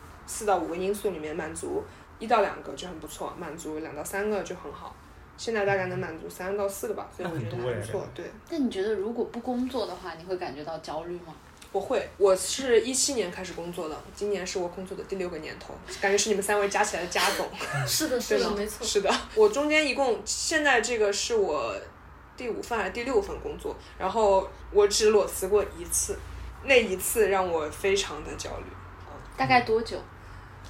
[SPEAKER 5] 4到5个因素里面满足1到2个就很不错，满足2到3个就很好。现在大概能满足3到4个吧，所以我觉得还不错。对。
[SPEAKER 4] 但你觉得如果不工作的话，你会感觉到焦虑吗？
[SPEAKER 5] 我会，我是17年开始工作的，今年是我工作的第6个年头，感觉是你们3位加起来的加总。
[SPEAKER 3] 是的，是的，没错。
[SPEAKER 5] 是的，我中间一共现在这个是我第5份还是第6份工作，然后我只裸辞过1次，那1次让我非常的焦虑。
[SPEAKER 4] 大概多久？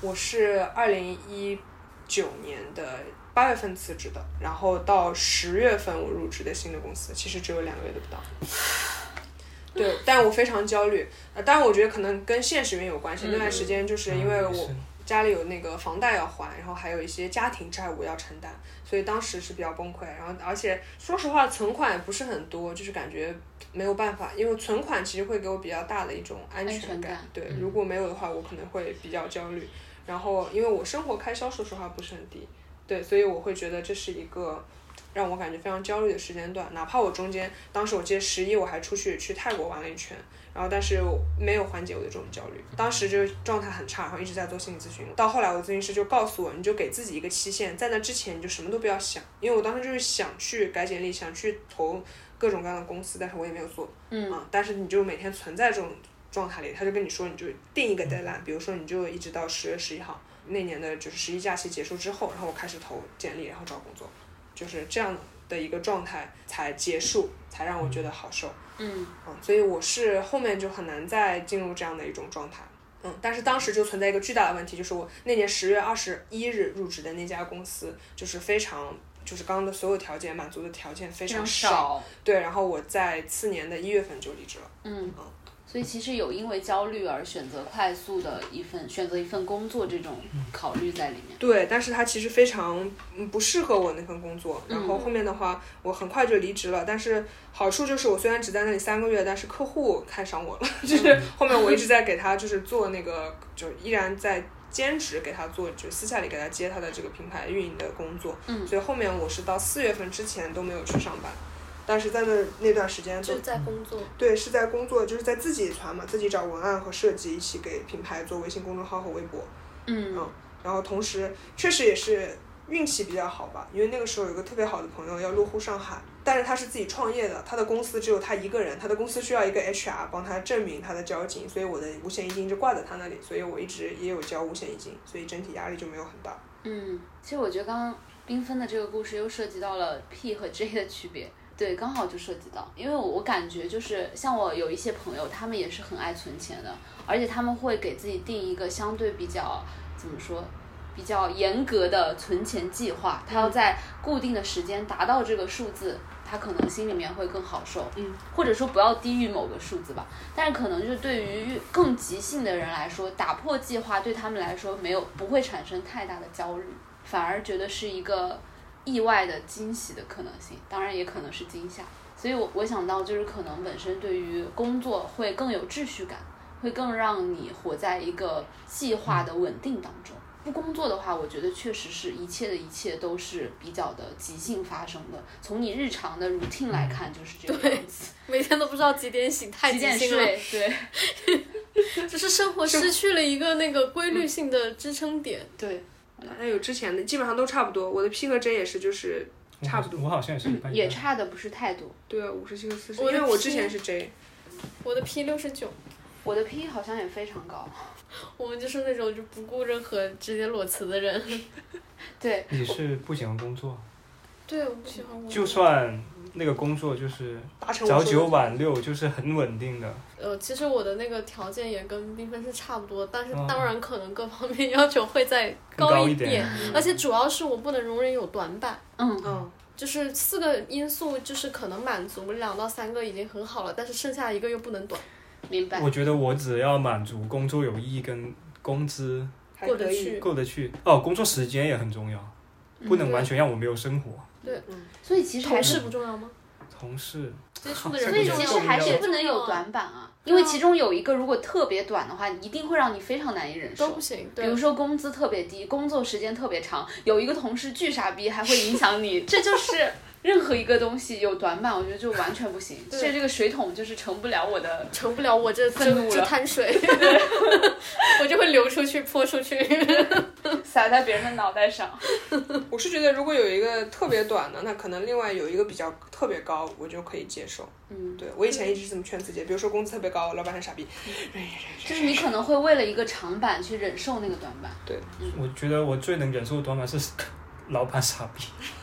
[SPEAKER 5] 我是2019年的8月份辞职的，然后到10月份我入职的新的公司，其实只有2个月都不到。对，但我非常焦虑。当然我觉得可能跟现实面有关系。那段时间就是因为我家里有那个房贷要还，然后还有一些家庭债务要承担，所以当时是比较崩溃。然后而且说实话，存款也不是很多，就是感觉没有办法，因为存款其实会给我比较大的一种安全感。对，如果没有的话，我可能会比较焦虑。然后因为我生活开销说实话不是很低，对，所以我会觉得这是一个让我感觉非常焦虑的时间段。哪怕我中间当时我记得11我还去泰国玩了一圈，然后但是没有缓解我的这种焦虑，当时就状态很差，然后一直在做心理咨询。到后来我的咨询师就告诉我，你就给自己一个期限，在那之前你就什么都不要想。因为我当时就是想去改简历，想去投各种各样的公司，但是我也没有做。但是你就每天存在这种状态里，他就跟你说你就定一个 deadline， 比如说你就一直到10月11号那年的就是11假期结束之后，然后我开始投简历，然后找工作，就是这样的一个状态才结束，才让我觉得好受。所以我是后面就很难再进入这样的一种状态。但是当时就存在一个巨大的问题，就是我那年10月21日入职的那家公司，就是非常就是刚刚的所有条件满足的条件非常少。对，然后我在次年的1月份就离职了。
[SPEAKER 4] 所以其实有因为焦虑而选择快速的选择一份工作这种考虑在里面。
[SPEAKER 5] 对，但是它其实非常不适合我那份工作。然后后面的话，我很快就离职了。但是好处就是我虽然只在那里3个月，但是客户看上我了，就是后面我一直在给他就是做那个，就依然在兼职给他做，就私下里给他接他的这个品牌运营的工作。所以后面我是到4月份之前都没有去上班。但是在那段时间
[SPEAKER 3] 就在工作。
[SPEAKER 5] 对，是在工作，就是在自己传嘛，自己找文案和设计，一起给品牌做微信公众号和微博。然后同时确实也是运气比较好吧，因为那个时候有个特别好的朋友要落户上海，但是他是自己创业的，他的公司只有他一个人，他的公司需要一个 HR 帮他证明他的交金，所以我的五险一金就挂在他那里，所以我一直也有交五险一金，所以整体压力就没有很大。
[SPEAKER 4] 其实我觉得刚刚缤纷的这个故事又涉及到了 P 和 J 的区别。对，刚好就涉及到，因为我感觉就是像我有一些朋友，他们也是很爱存钱的，而且他们会给自己定一个相对比较怎么说，比较严格的存钱计划，他要在固定的时间达到这个数字，他可能心里面会更好受，或者说不要低于某个数字吧。但是可能就对于更急性的人来说，打破计划对他们来说不会产生太大的焦虑，反而觉得是一个意外的惊喜的可能性，当然也可能是惊吓。所以我想到就是可能本身对于工作会更有秩序感，会更让你活在一个计划的稳定当中。不工作的话，我觉得确实是一切都是比较的即兴发生的。从你日常的 routine 来看，就是这个样子。
[SPEAKER 3] 每天都不知道几点醒，太即兴了。
[SPEAKER 4] 对，
[SPEAKER 3] 就是生活失去了一个那个规律性的支撑点。
[SPEAKER 4] 对。
[SPEAKER 5] 还有之前的基本上都差不多，我的 P 和 J 也是就是差不多。
[SPEAKER 6] 我好像也是
[SPEAKER 4] 也差的不是太多。
[SPEAKER 5] 对，57和40，因为我之前是 J。
[SPEAKER 3] 我的 P 69，
[SPEAKER 4] 我的 P 好像也非常高。
[SPEAKER 3] 我们就是那种就不顾任何直接裸辞的人。
[SPEAKER 4] 对。
[SPEAKER 6] 你是不喜欢工作？
[SPEAKER 3] 对，我不喜欢工作。
[SPEAKER 6] 就算那个工作就是早9晚6，就是很稳定的。
[SPEAKER 3] 其实我的那个条件也跟缤纷是差不多，但是当然可能各方面要求会再高一点，而且主要是我不能容忍有短板。就是4个因素，就是可能满足2到3个已经很好了，但是剩下1个又不能短。
[SPEAKER 4] 明白。
[SPEAKER 6] 我觉得我只要满足工作有意义跟工资
[SPEAKER 3] 过得去。
[SPEAKER 6] 工作时间也很重要，不能完全让我没有生活。
[SPEAKER 3] 对，
[SPEAKER 4] 所以其实
[SPEAKER 3] 同事不重要吗？
[SPEAKER 6] 同事
[SPEAKER 3] 接触的人，
[SPEAKER 4] 所以其实还是不能有短板啊，因为其中有一个如果特别短的话，一定会让你非常难以忍受。
[SPEAKER 3] 都不行。
[SPEAKER 4] 比如说工资特别低，工作时间特别长，有一个同事巨傻逼，还会影响你，这就是任何一个东西有短板，我觉得就完全不行。所以这个水桶就是盛不了我这滩水，我就会流出去泼出去， 洒在别人的脑袋上。
[SPEAKER 5] 我是觉得如果有一个特别短的，那可能另外有一个比较特别高，我就可以接受。对，我以前一直这么劝自己，比如说工资特别高，老板很傻逼，
[SPEAKER 4] 就是你可能会为了一个长板去忍受那个短板。
[SPEAKER 5] 对，
[SPEAKER 6] 我觉得我最能忍受的短板是老板傻逼。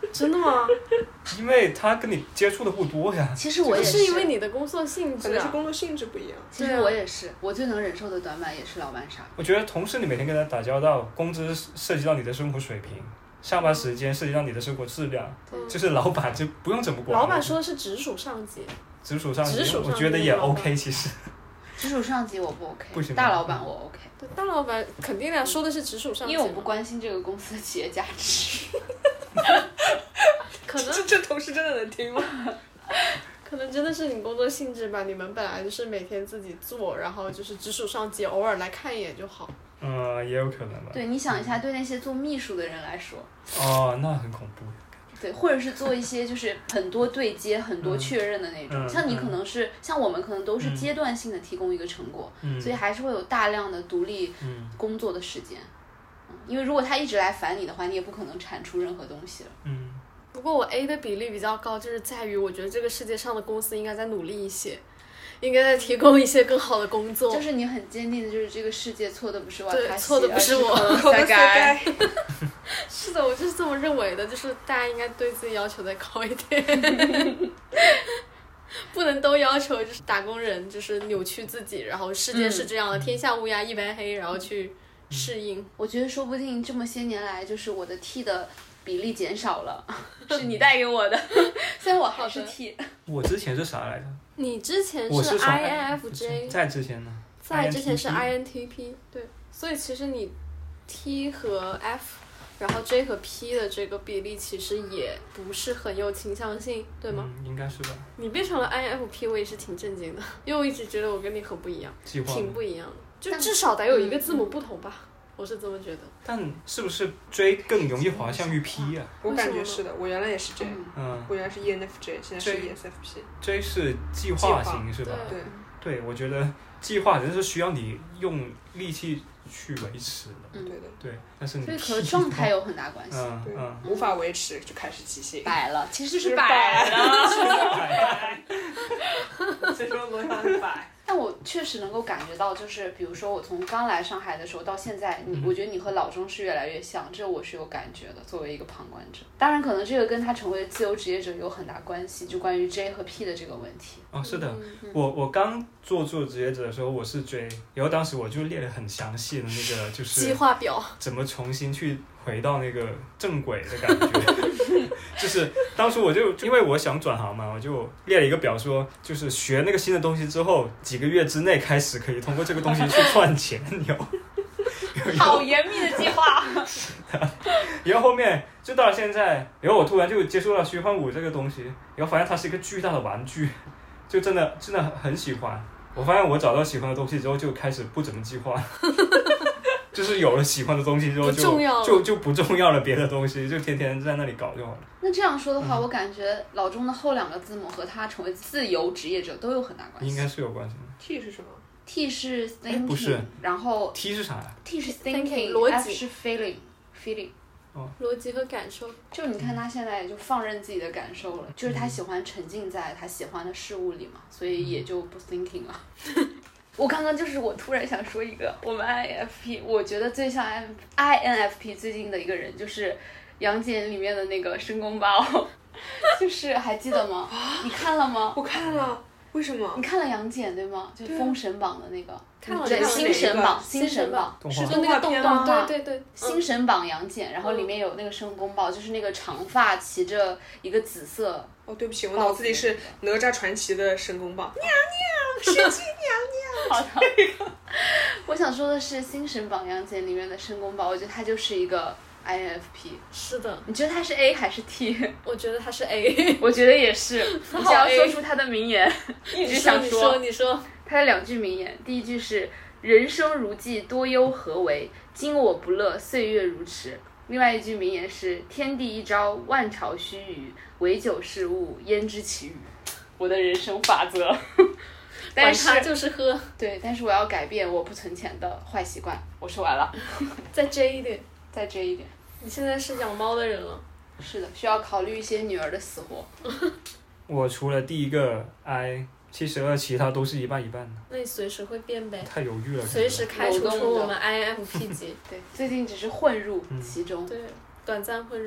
[SPEAKER 3] 真的吗？
[SPEAKER 6] 因为他跟你接触的不多呀。
[SPEAKER 4] 其实我也
[SPEAKER 3] 是因为你的工作性质，
[SPEAKER 5] 可能是工作性质不一样。
[SPEAKER 4] 其实我也是，我最能忍受的短板也是老板傻。
[SPEAKER 6] 我觉得同事你每天跟他打交道，工资涉及到你的生活水平，上班时间涉及到你的生活质量，就是老板就不用怎么管。
[SPEAKER 3] 老板说的是直属上级。
[SPEAKER 6] 直属上级，我觉得也 OK， 其实。
[SPEAKER 4] 直属上级我不 OK，
[SPEAKER 6] 不行。
[SPEAKER 4] 大老板我 OK。
[SPEAKER 3] 对，大老板肯定的，说的是直属上级。
[SPEAKER 4] 因为我不关心这个公司的企业价值。
[SPEAKER 3] 可能
[SPEAKER 5] 这同事真的能听吗？
[SPEAKER 3] 可能真的是你工作性质吧，你们本来就是每天自己做，然后就是直属上级偶尔来看一眼就好。
[SPEAKER 6] 也有可能吧。
[SPEAKER 4] 对，你想一下，对那些做秘书的人来说。
[SPEAKER 6] 那很恐怖。
[SPEAKER 4] 对，或者是做一些就是很多对接、很多确认的那种，像你可能是像我们可能都是阶段性的提供一个成果，所以还是会有大量的独立工作的时间。因为如果他一直来烦你的话，你也不可能产出任何东西了。
[SPEAKER 3] 不过我 A 的比例比较高，就是在于我觉得这个世界上的公司应该再努力一些，应该再提供一些更好的工作。
[SPEAKER 4] 就是你很坚定的，就是这个世界错的不是瓦卡西，
[SPEAKER 3] 错的不是我，
[SPEAKER 4] 塞盖。
[SPEAKER 3] 是的，我就是这么认为的，就是大家应该对自己要求再高一点，不能都要求就是打工人就是扭曲自己，然后世界是这样的，天下乌鸦一般黑，然后去适应。
[SPEAKER 4] 我觉得说不定这么些年来，就是我的 T 的比例减少了，是你带给我的，虽然我还是 T。
[SPEAKER 6] 我之前是啥来着？
[SPEAKER 3] 你之前是 INFJ，
[SPEAKER 6] 在之前呢？
[SPEAKER 3] 在之前是 INTP， 对，所以其实你 T 和 F， 然后 J 和 P 的这个比例其实也不是很有倾向性，对吗？
[SPEAKER 6] 应该是吧。
[SPEAKER 3] 你变成了 INFP， 我也是挺震惊的，因为我一直觉得我跟你很不一样，挺不一样的，就至少得有一个字母不同吧。我是这么觉得。但
[SPEAKER 6] 是不是 J 更容易滑向于 P 啊？
[SPEAKER 5] 我感觉是的，我原来也是 J，我原来是 ENFJ， 现在是 ESFP。
[SPEAKER 6] J 是计划型是吧？对，我觉得计划真是需要你用力气去维持的。对，但是你
[SPEAKER 4] 所以和状态有很大关系。
[SPEAKER 5] 无法维持就开始急性。
[SPEAKER 4] 摆了，其实是摆了。
[SPEAKER 5] 谁说罗翔是摆？
[SPEAKER 4] 但我确实能够感觉到，就是比如说我从刚来上海的时候到现在，我觉得你和老钟是越来越像，这我是有感觉的。作为一个旁观者，当然可能这个跟他成为自由职业者有很大关系，就关于 J 和 P 的这个问题。
[SPEAKER 6] 是的，我刚做自由职业者的时候我是 J， 然后当时我就列了很详细的那个就是
[SPEAKER 3] 计划表，
[SPEAKER 6] 怎么重新去回到那个正轨的感觉。就是当时我就因为我想转行嘛，我就列了一个表说，就是学那个新的东西之后几个月之内开始可以通过这个东西去赚钱。
[SPEAKER 4] 好严密的计划。
[SPEAKER 6] 然后后面就到了现在，然后我突然就接触到虚幻五这个东西，然后发现它是一个巨大的玩具，就真的很喜欢。我发现我找到喜欢的东西之后就开始不怎么计划。就是有了喜欢的东西之后就不重要了，别的东西就天天在那里搞就好了。
[SPEAKER 4] 那这样说的话，我感觉老钟的后两个字母和他成为自由职业者都有很大关系。
[SPEAKER 6] 应该是有关系的。
[SPEAKER 5] T 是什么？
[SPEAKER 4] T 是 thinking，
[SPEAKER 6] 不是，
[SPEAKER 4] 然后
[SPEAKER 6] T 是啥呀？
[SPEAKER 4] T 是 thinking，
[SPEAKER 3] 逻辑
[SPEAKER 4] F 是 feeling。
[SPEAKER 3] 逻辑和感受。
[SPEAKER 4] 就你看他现在就放任自己的感受了，就是他喜欢沉浸在他喜欢的事物里嘛，所以也就不 thinking 了。我刚刚就是我突然想说一个，我们 INFP， 我觉得最像 INFP 最近的一个人就是杨戬里面的那个申公豹，就是还记得吗？你看了吗？
[SPEAKER 5] 我看了。为什么？
[SPEAKER 4] 你看了杨戬对吗？就封神榜的那个。
[SPEAKER 3] 看了。
[SPEAKER 4] 对，新神榜。
[SPEAKER 3] 是就那个动画。对。
[SPEAKER 4] 新神榜杨戬，然后里面有那个申公豹，就是那个长发骑着一个紫色。
[SPEAKER 5] 对不起，我脑子里是哪吒传奇的申公豹。娘娘，神奇娘
[SPEAKER 4] 娘。好的。我想说的是新神榜杨戬里面的申公豹，我觉得他就是一个INFP。
[SPEAKER 3] 是的。
[SPEAKER 4] 你觉得他是 A 还是 T？
[SPEAKER 3] 我觉得他是 A。
[SPEAKER 4] 我觉得也是。你只要说出他的名言，一直想说。
[SPEAKER 3] 你说。
[SPEAKER 4] 他的2句名言，第一句是人生如寄，多忧何为？今我不乐，岁月如迟。另外一句名言是天地一朝，万朝须臾，唯酒是物，焉知其语。我的人生法则。但是
[SPEAKER 3] 他就是喝。
[SPEAKER 4] 对，但是我要改变我不存钱的坏习惯。我说完了。
[SPEAKER 3] 再 J 一点。
[SPEAKER 4] 再 J 一点。
[SPEAKER 3] 你现在是养猫的人了。
[SPEAKER 4] 是的，需要考虑一些女儿的死活。
[SPEAKER 6] 我除了第一个 I72，其他都是一半一半的。
[SPEAKER 3] 那你随时会变呗？
[SPEAKER 6] 太犹豫了。
[SPEAKER 3] 随时开除出我们 INFP 级。
[SPEAKER 4] 对，最近只是混入其中。
[SPEAKER 3] 对，短暂混入。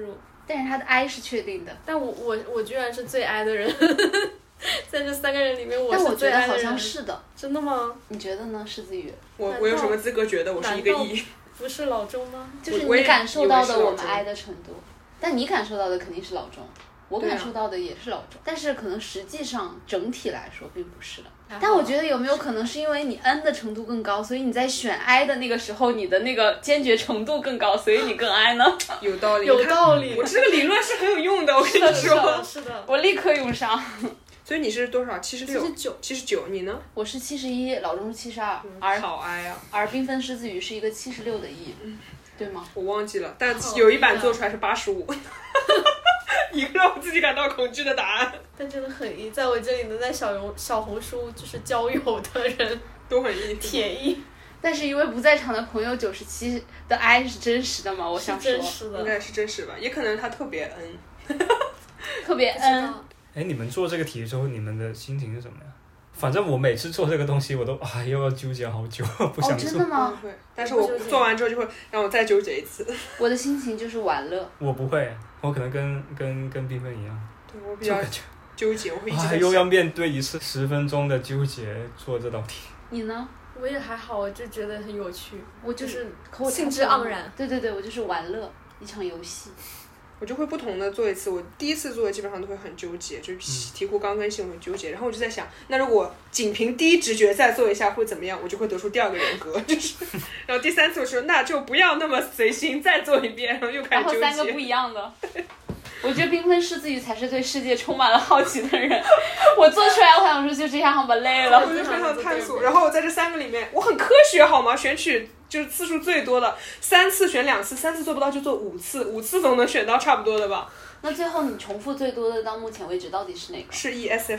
[SPEAKER 4] 但是他的 I 是确定的。
[SPEAKER 3] 但我居然是最 I 的人，在这3个人里面
[SPEAKER 4] 但
[SPEAKER 3] 是最 I 的人。
[SPEAKER 4] 我觉得好像是的。
[SPEAKER 3] 真的吗？
[SPEAKER 4] 你觉得呢，狮子鱼？
[SPEAKER 5] 我有什么资格觉得我是一个 E？
[SPEAKER 3] 不是老钟吗？
[SPEAKER 4] 就是你感受到的我们 I 的程度，但你感受到的肯定是老钟，我感受到的也是老钟，但是可能实际上整体来说并不是的。但我觉得有没有可能是因为你 N 的程度更高，所以你在选 I 的那个时候，你的那个坚决程度更高，所以你更 I 呢？
[SPEAKER 5] 有道理，
[SPEAKER 3] 有道理。
[SPEAKER 5] 我这个理论是很有用的，我跟你说。
[SPEAKER 3] 是的，
[SPEAKER 4] 我立刻用上。
[SPEAKER 5] 所以你是多少？76、79，你呢？
[SPEAKER 4] 我是71，老钟是72，
[SPEAKER 5] 好 I 啊！
[SPEAKER 4] 而缤纷狮子鱼是一个76的 E，对吗？
[SPEAKER 5] 我忘记了，但有一版做出来是85。一个让我自己感到恐惧的答案。
[SPEAKER 3] 但真的很 E， 在我这里能在小红书就是交友的人
[SPEAKER 5] 都很 E，
[SPEAKER 3] 铁 E。
[SPEAKER 4] 但是一位不在场的朋友97的 I 是真实的吗？我想说，
[SPEAKER 3] 真实的，
[SPEAKER 5] 应该是真实吧，也可能他特别 N，
[SPEAKER 4] 特别 N。
[SPEAKER 6] 哎，你们做这个题的时候，你们的心情是什么呀？反正我每次做这个东西，我都又要纠结好久，不想做。
[SPEAKER 4] 真的吗？
[SPEAKER 5] 会，但是我做完之后就会让我再纠结一次。
[SPEAKER 4] 我的心情就是玩乐。
[SPEAKER 6] 我不会，我可能跟缤纷一样。
[SPEAKER 5] 对，我比较纠结，我会一直在想。
[SPEAKER 6] 又要面对一次10分钟的纠结做这道题。
[SPEAKER 4] 你呢？
[SPEAKER 3] 我也还好，我就觉得很有趣，
[SPEAKER 4] 我就是
[SPEAKER 3] 兴致盎然。
[SPEAKER 4] 对对对，我就是玩乐，一场游戏。
[SPEAKER 5] 我就会不同的做一次，我第一次做的基本上都会很纠结，就题库刚更新我很纠结，然后我就在想，那如果仅凭第一直觉再做一下会怎么样，我就会得出第2个人格，就是，然后第3次我说那就不要那么随心，再做一遍，然后又开始纠结。
[SPEAKER 4] 然后3个不一样的。我觉得缤纷狮子鱼才是对世界充满了好奇的人。我做出来，我想说就这样吧，累了。
[SPEAKER 5] 我就很想探索。然后我在这3个里面，我很科学好吗？选取就是次数最多的，3次选2次，3次做不到就做5次，5次总能选到差不多的吧？
[SPEAKER 4] 那最后你重复最多的到目前为止到底是哪个？
[SPEAKER 5] 是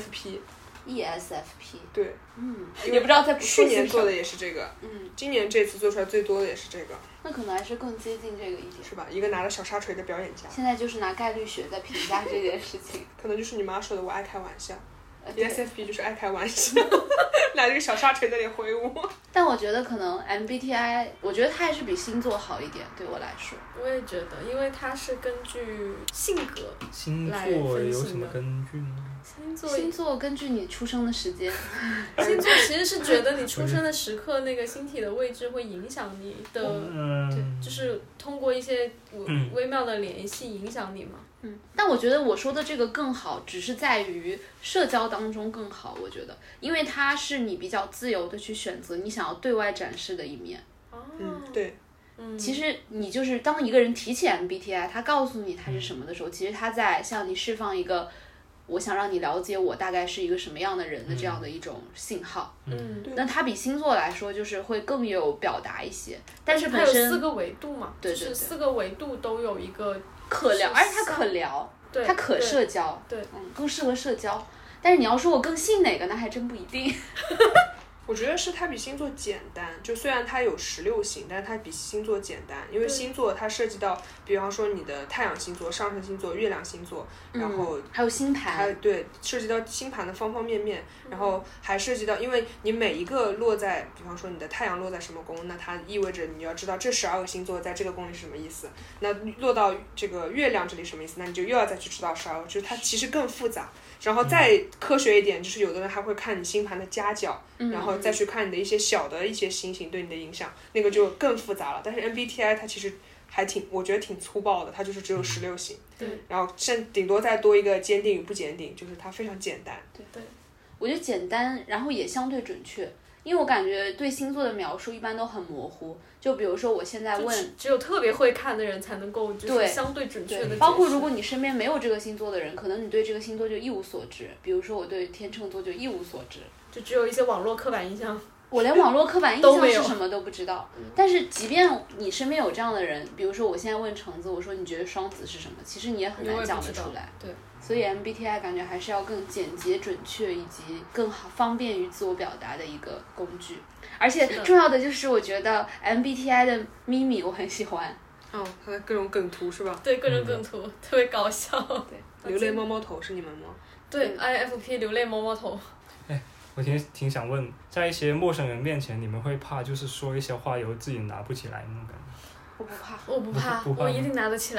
[SPEAKER 5] ESFP。对，
[SPEAKER 4] 也不知道在
[SPEAKER 5] 去年做的也是这个，今年这次做出来最多的也是这个。
[SPEAKER 4] 那可能还是更接近这个一点，
[SPEAKER 5] 是吧？一个拿了小沙锤的表演家。
[SPEAKER 4] 现在就是拿概率学在评价这件事情。
[SPEAKER 5] 可能就是你妈说的，我爱开玩笑。ESFP 就是爱开玩笑，拿这个小沙锤在那里挥舞。
[SPEAKER 4] 但我觉得可能 MBTI， 我觉得它还是比星座好一点，对我来说。
[SPEAKER 3] 我也觉得，因为它是根据性格来
[SPEAKER 6] 星座
[SPEAKER 3] 分析的。
[SPEAKER 6] 有什么根据呢？
[SPEAKER 4] 星座根据你出生的时间。
[SPEAKER 3] 星座其实是觉得你出生的时刻那个星体的位置会影响你的，对，就是通过一些微妙的联系影响你嘛。
[SPEAKER 4] 但我觉得我说的这个更好，只是在于社交当中更好。我觉得，因为它是你比较自由的去选择你想要对外展示的一面。
[SPEAKER 5] 对。
[SPEAKER 4] 其实你就是当一个人提起 MBTI， 他告诉你他是什么的时候，其实他在向你释放一个我想让你了解我大概是一个什么样的人的这样的一种信号。那它比星座来说就是会更有表达一些，但是本身
[SPEAKER 3] 它有4个维度嘛，
[SPEAKER 4] 对对对，
[SPEAKER 3] 就是4个维度都有一个
[SPEAKER 4] 可聊，而且它可聊，
[SPEAKER 3] 对，
[SPEAKER 4] 它可社交，
[SPEAKER 3] 对，
[SPEAKER 4] 更适合社交。但是你要说我更信哪个，那还真不一定。
[SPEAKER 5] 我觉得是它比星座简单，就虽然它有16型，但是它比星座简单，因为星座它涉及到，比方说你的太阳星座、上升星座、月亮星座，然后
[SPEAKER 4] 还有星盘，
[SPEAKER 5] 对，涉及到星盘的方方面面，然后还涉及到，因为你每一个落在，比方说你的太阳落在什么宫，那它意味着你要知道这12个星座在这个宫里是什么意思，那落到这个月亮这里什么意思，那你就又要再去知道12个，就是它其实更复杂。然后再科学一点，就是有的人还会看你星盘的夹角，然后再去看你的一些小的一些星星对你的影响，那个就更复杂了。但是 MBTI 它其实还我觉得挺粗暴的，它就是只有16型，
[SPEAKER 3] 对，
[SPEAKER 5] 然后顶多再多一个坚定与不坚定，就是它非常简单。
[SPEAKER 3] 对，
[SPEAKER 4] 我觉得简单，然后也相对准确。因为我感觉对星座的描述一般都很模糊，就比如说我现在问，
[SPEAKER 3] 只有特别会看的人才能够就是相对准确的解释。
[SPEAKER 4] 包括如果你身边没有这个星座的人，可能你对这个星座就一无所知。比如说我对天秤座就一无所知，
[SPEAKER 3] 就只有一些网络刻板印象。
[SPEAKER 4] 我连网络刻板印象是什么都不知道。但是即便你身边有这样的人，比如说我现在问橙子，我说你觉得双子是什么，其实你也很难讲得出来。
[SPEAKER 3] 对。
[SPEAKER 4] 所以 MBTI 感觉还是要更简洁准确以及更好方便于自我表达的一个工具。而且重要的就是我觉得 MBTI 的咪咪我很喜欢。
[SPEAKER 5] 它的各种梗图是吧？
[SPEAKER 3] 对，各种梗图特别搞笑。
[SPEAKER 4] 对，
[SPEAKER 5] 流泪猫猫头是你们吗？
[SPEAKER 3] 对 ，INFP 流泪猫猫头。
[SPEAKER 6] 我挺想问，在一些陌生人面前，你们会怕就是说一些话以后自己拿不起来那种感觉？
[SPEAKER 4] 我不怕，
[SPEAKER 3] 我不怕，我一定拿得起来。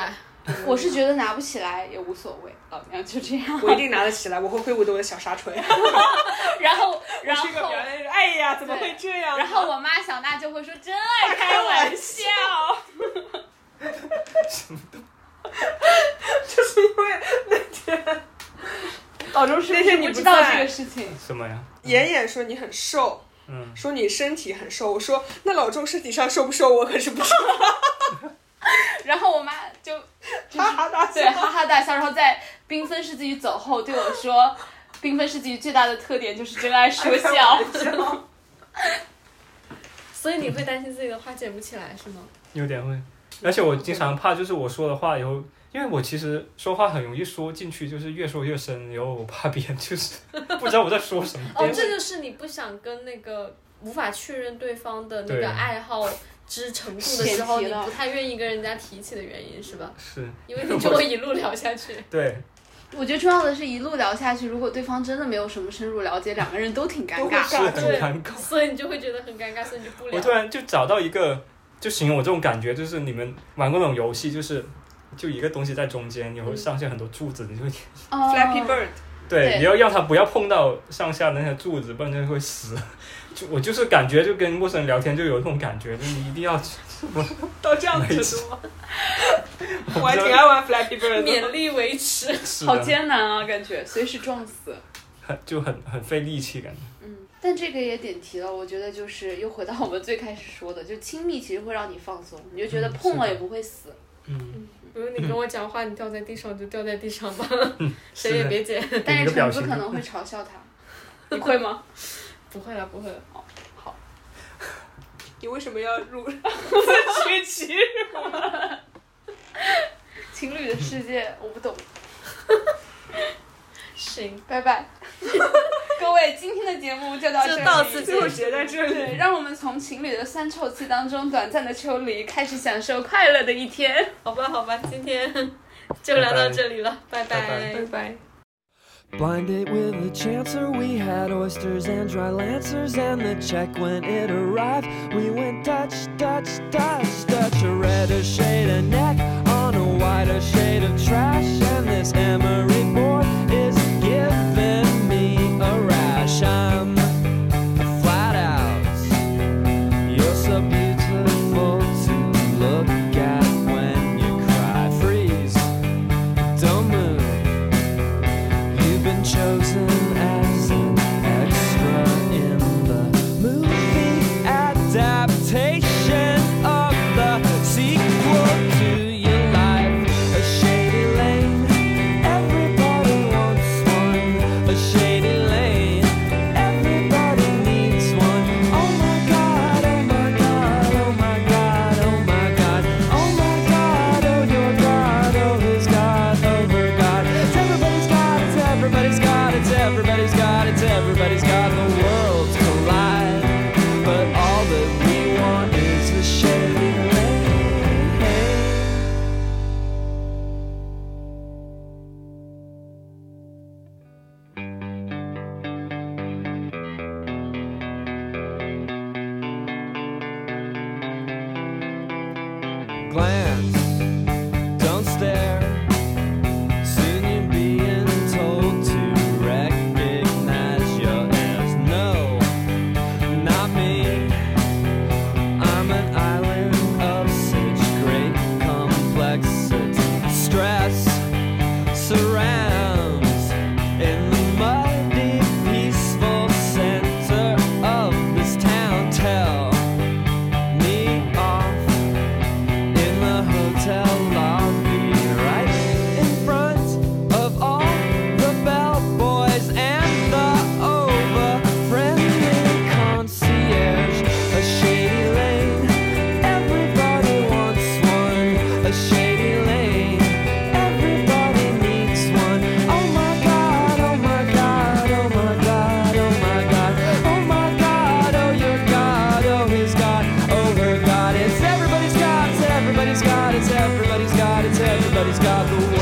[SPEAKER 4] 我是觉得拿不起来也无所谓，老娘就这样。
[SPEAKER 5] 我一定拿得起来，我会挥舞着我的小沙锤。
[SPEAKER 4] 然后
[SPEAKER 5] 我是一个表演者，哎呀，怎么会这样？
[SPEAKER 4] 然后我妈小娜就会说真爱开玩笑。
[SPEAKER 5] 什么都，就是因为那天
[SPEAKER 4] 老周是
[SPEAKER 5] 那天你
[SPEAKER 4] 不知道这个事情。
[SPEAKER 6] 什么呀？
[SPEAKER 5] 妍妍说你很瘦，说你身体很瘦。我说那老周身体上瘦不瘦，我可是不知道。
[SPEAKER 4] 然后我妈就
[SPEAKER 5] 哈哈大笑，
[SPEAKER 4] 对，哈哈大笑，然后在缤纷世纪走后对我说，缤纷世纪最大的特点就是真爱说笑。
[SPEAKER 3] 所以你会担心自己的话捡不起来是吗？
[SPEAKER 6] 有点会，而且我经常怕，就是我说的话以后，因为我其实说话很容易说进去，就是越说越深，然后我怕别人就是不知道我在说什么。
[SPEAKER 3] 哦，这就是你不想跟那个无法确认对方的那个爱好之程度的时候，你不太愿意跟人家提起的原因是吧？
[SPEAKER 6] 是，
[SPEAKER 3] 因为你就会一路聊下去。
[SPEAKER 6] 对。
[SPEAKER 4] 我觉得重要的是一路聊下去，如果对方真的没有什么深入了解，两个人都挺尴尬，
[SPEAKER 6] 是很尴尬，
[SPEAKER 3] 所以你就会觉得很尴尬，所以你就不聊。
[SPEAKER 6] 我突然就找到一个，就形容我这种感觉，就是你们玩过那种游戏，就一个东西在中间，你会上下很多柱子，你就会
[SPEAKER 5] Flappy Bird。
[SPEAKER 6] 对，你要让他不要碰到上下的那些柱子，不然就会死。我就是感觉就跟陌生人聊天就有那种感觉，就你一定要
[SPEAKER 5] 到这样子的吗？我还挺爱玩 Flappy Bird 的，
[SPEAKER 3] 勉力维持，
[SPEAKER 4] 好艰难啊，感觉随时撞死，
[SPEAKER 6] 就很费力气感觉。
[SPEAKER 4] 但这个也点题了，我觉得就是又回到我们最开始说的，就亲密其实会让你放松，你就觉得碰了也不会死。
[SPEAKER 3] 比如你跟我讲话，你掉在地上就掉在地上吧，谁也别捡。
[SPEAKER 4] 但是橙子可能会嘲笑他，你会吗？
[SPEAKER 3] 不会了，不会了。
[SPEAKER 4] 好。
[SPEAKER 5] 你为什么要自取其辱？
[SPEAKER 4] 情侣的世界我不懂。
[SPEAKER 3] 行，
[SPEAKER 4] 拜拜。各位，今天的节目就到这里，
[SPEAKER 3] 到此
[SPEAKER 5] 就结在这里。
[SPEAKER 4] 对，让我们从情侣的酸臭气当中短暂的抽离，开始享受快乐的一天。
[SPEAKER 3] 好吧，今天就聊到这里了，拜拜，
[SPEAKER 5] 拜拜。
[SPEAKER 7] Blind date with a chancer, we had oysters and dry lancers, and the check when it arrived, we went Dutch, Dutch, Dutch, Dutch, a redder shade of neck on a whiter shade of trash, and this emery board is giving me a rash. I'm flat out, you're so beautiful to look at when you cry. Freeze, don't move, been chosen as an extra in the movie adaptation of the sequel to your life. A shady lane, everybody wants one. A shady lane, everybody needs one. Oh my god, oh my god, oh my god, oh my god, oh my god, oh your god, oh his god, over god. Everybody's got it, everybody's got it, everybody's got it, everybody's got the worlds collide. But all that we want is a shady lane. Glance, don't stare. Soon you're being told to recognize your heirs. No, not me. I'm an island of such great complexity. Stress surrounds in the muddy, peaceful center of this town. Tell me off in the hotel lobby, right in front of all the bellboys and the over-friendly concierge. A shady lane, everybody wants one. A shady lane, everybody needs one. Oh my god, oh my god, oh my god, oh my god, oh my god, oh your god, oh his god, oh her god. It's everybody's got it, everybody's got it, everybody's got it, everybody's got the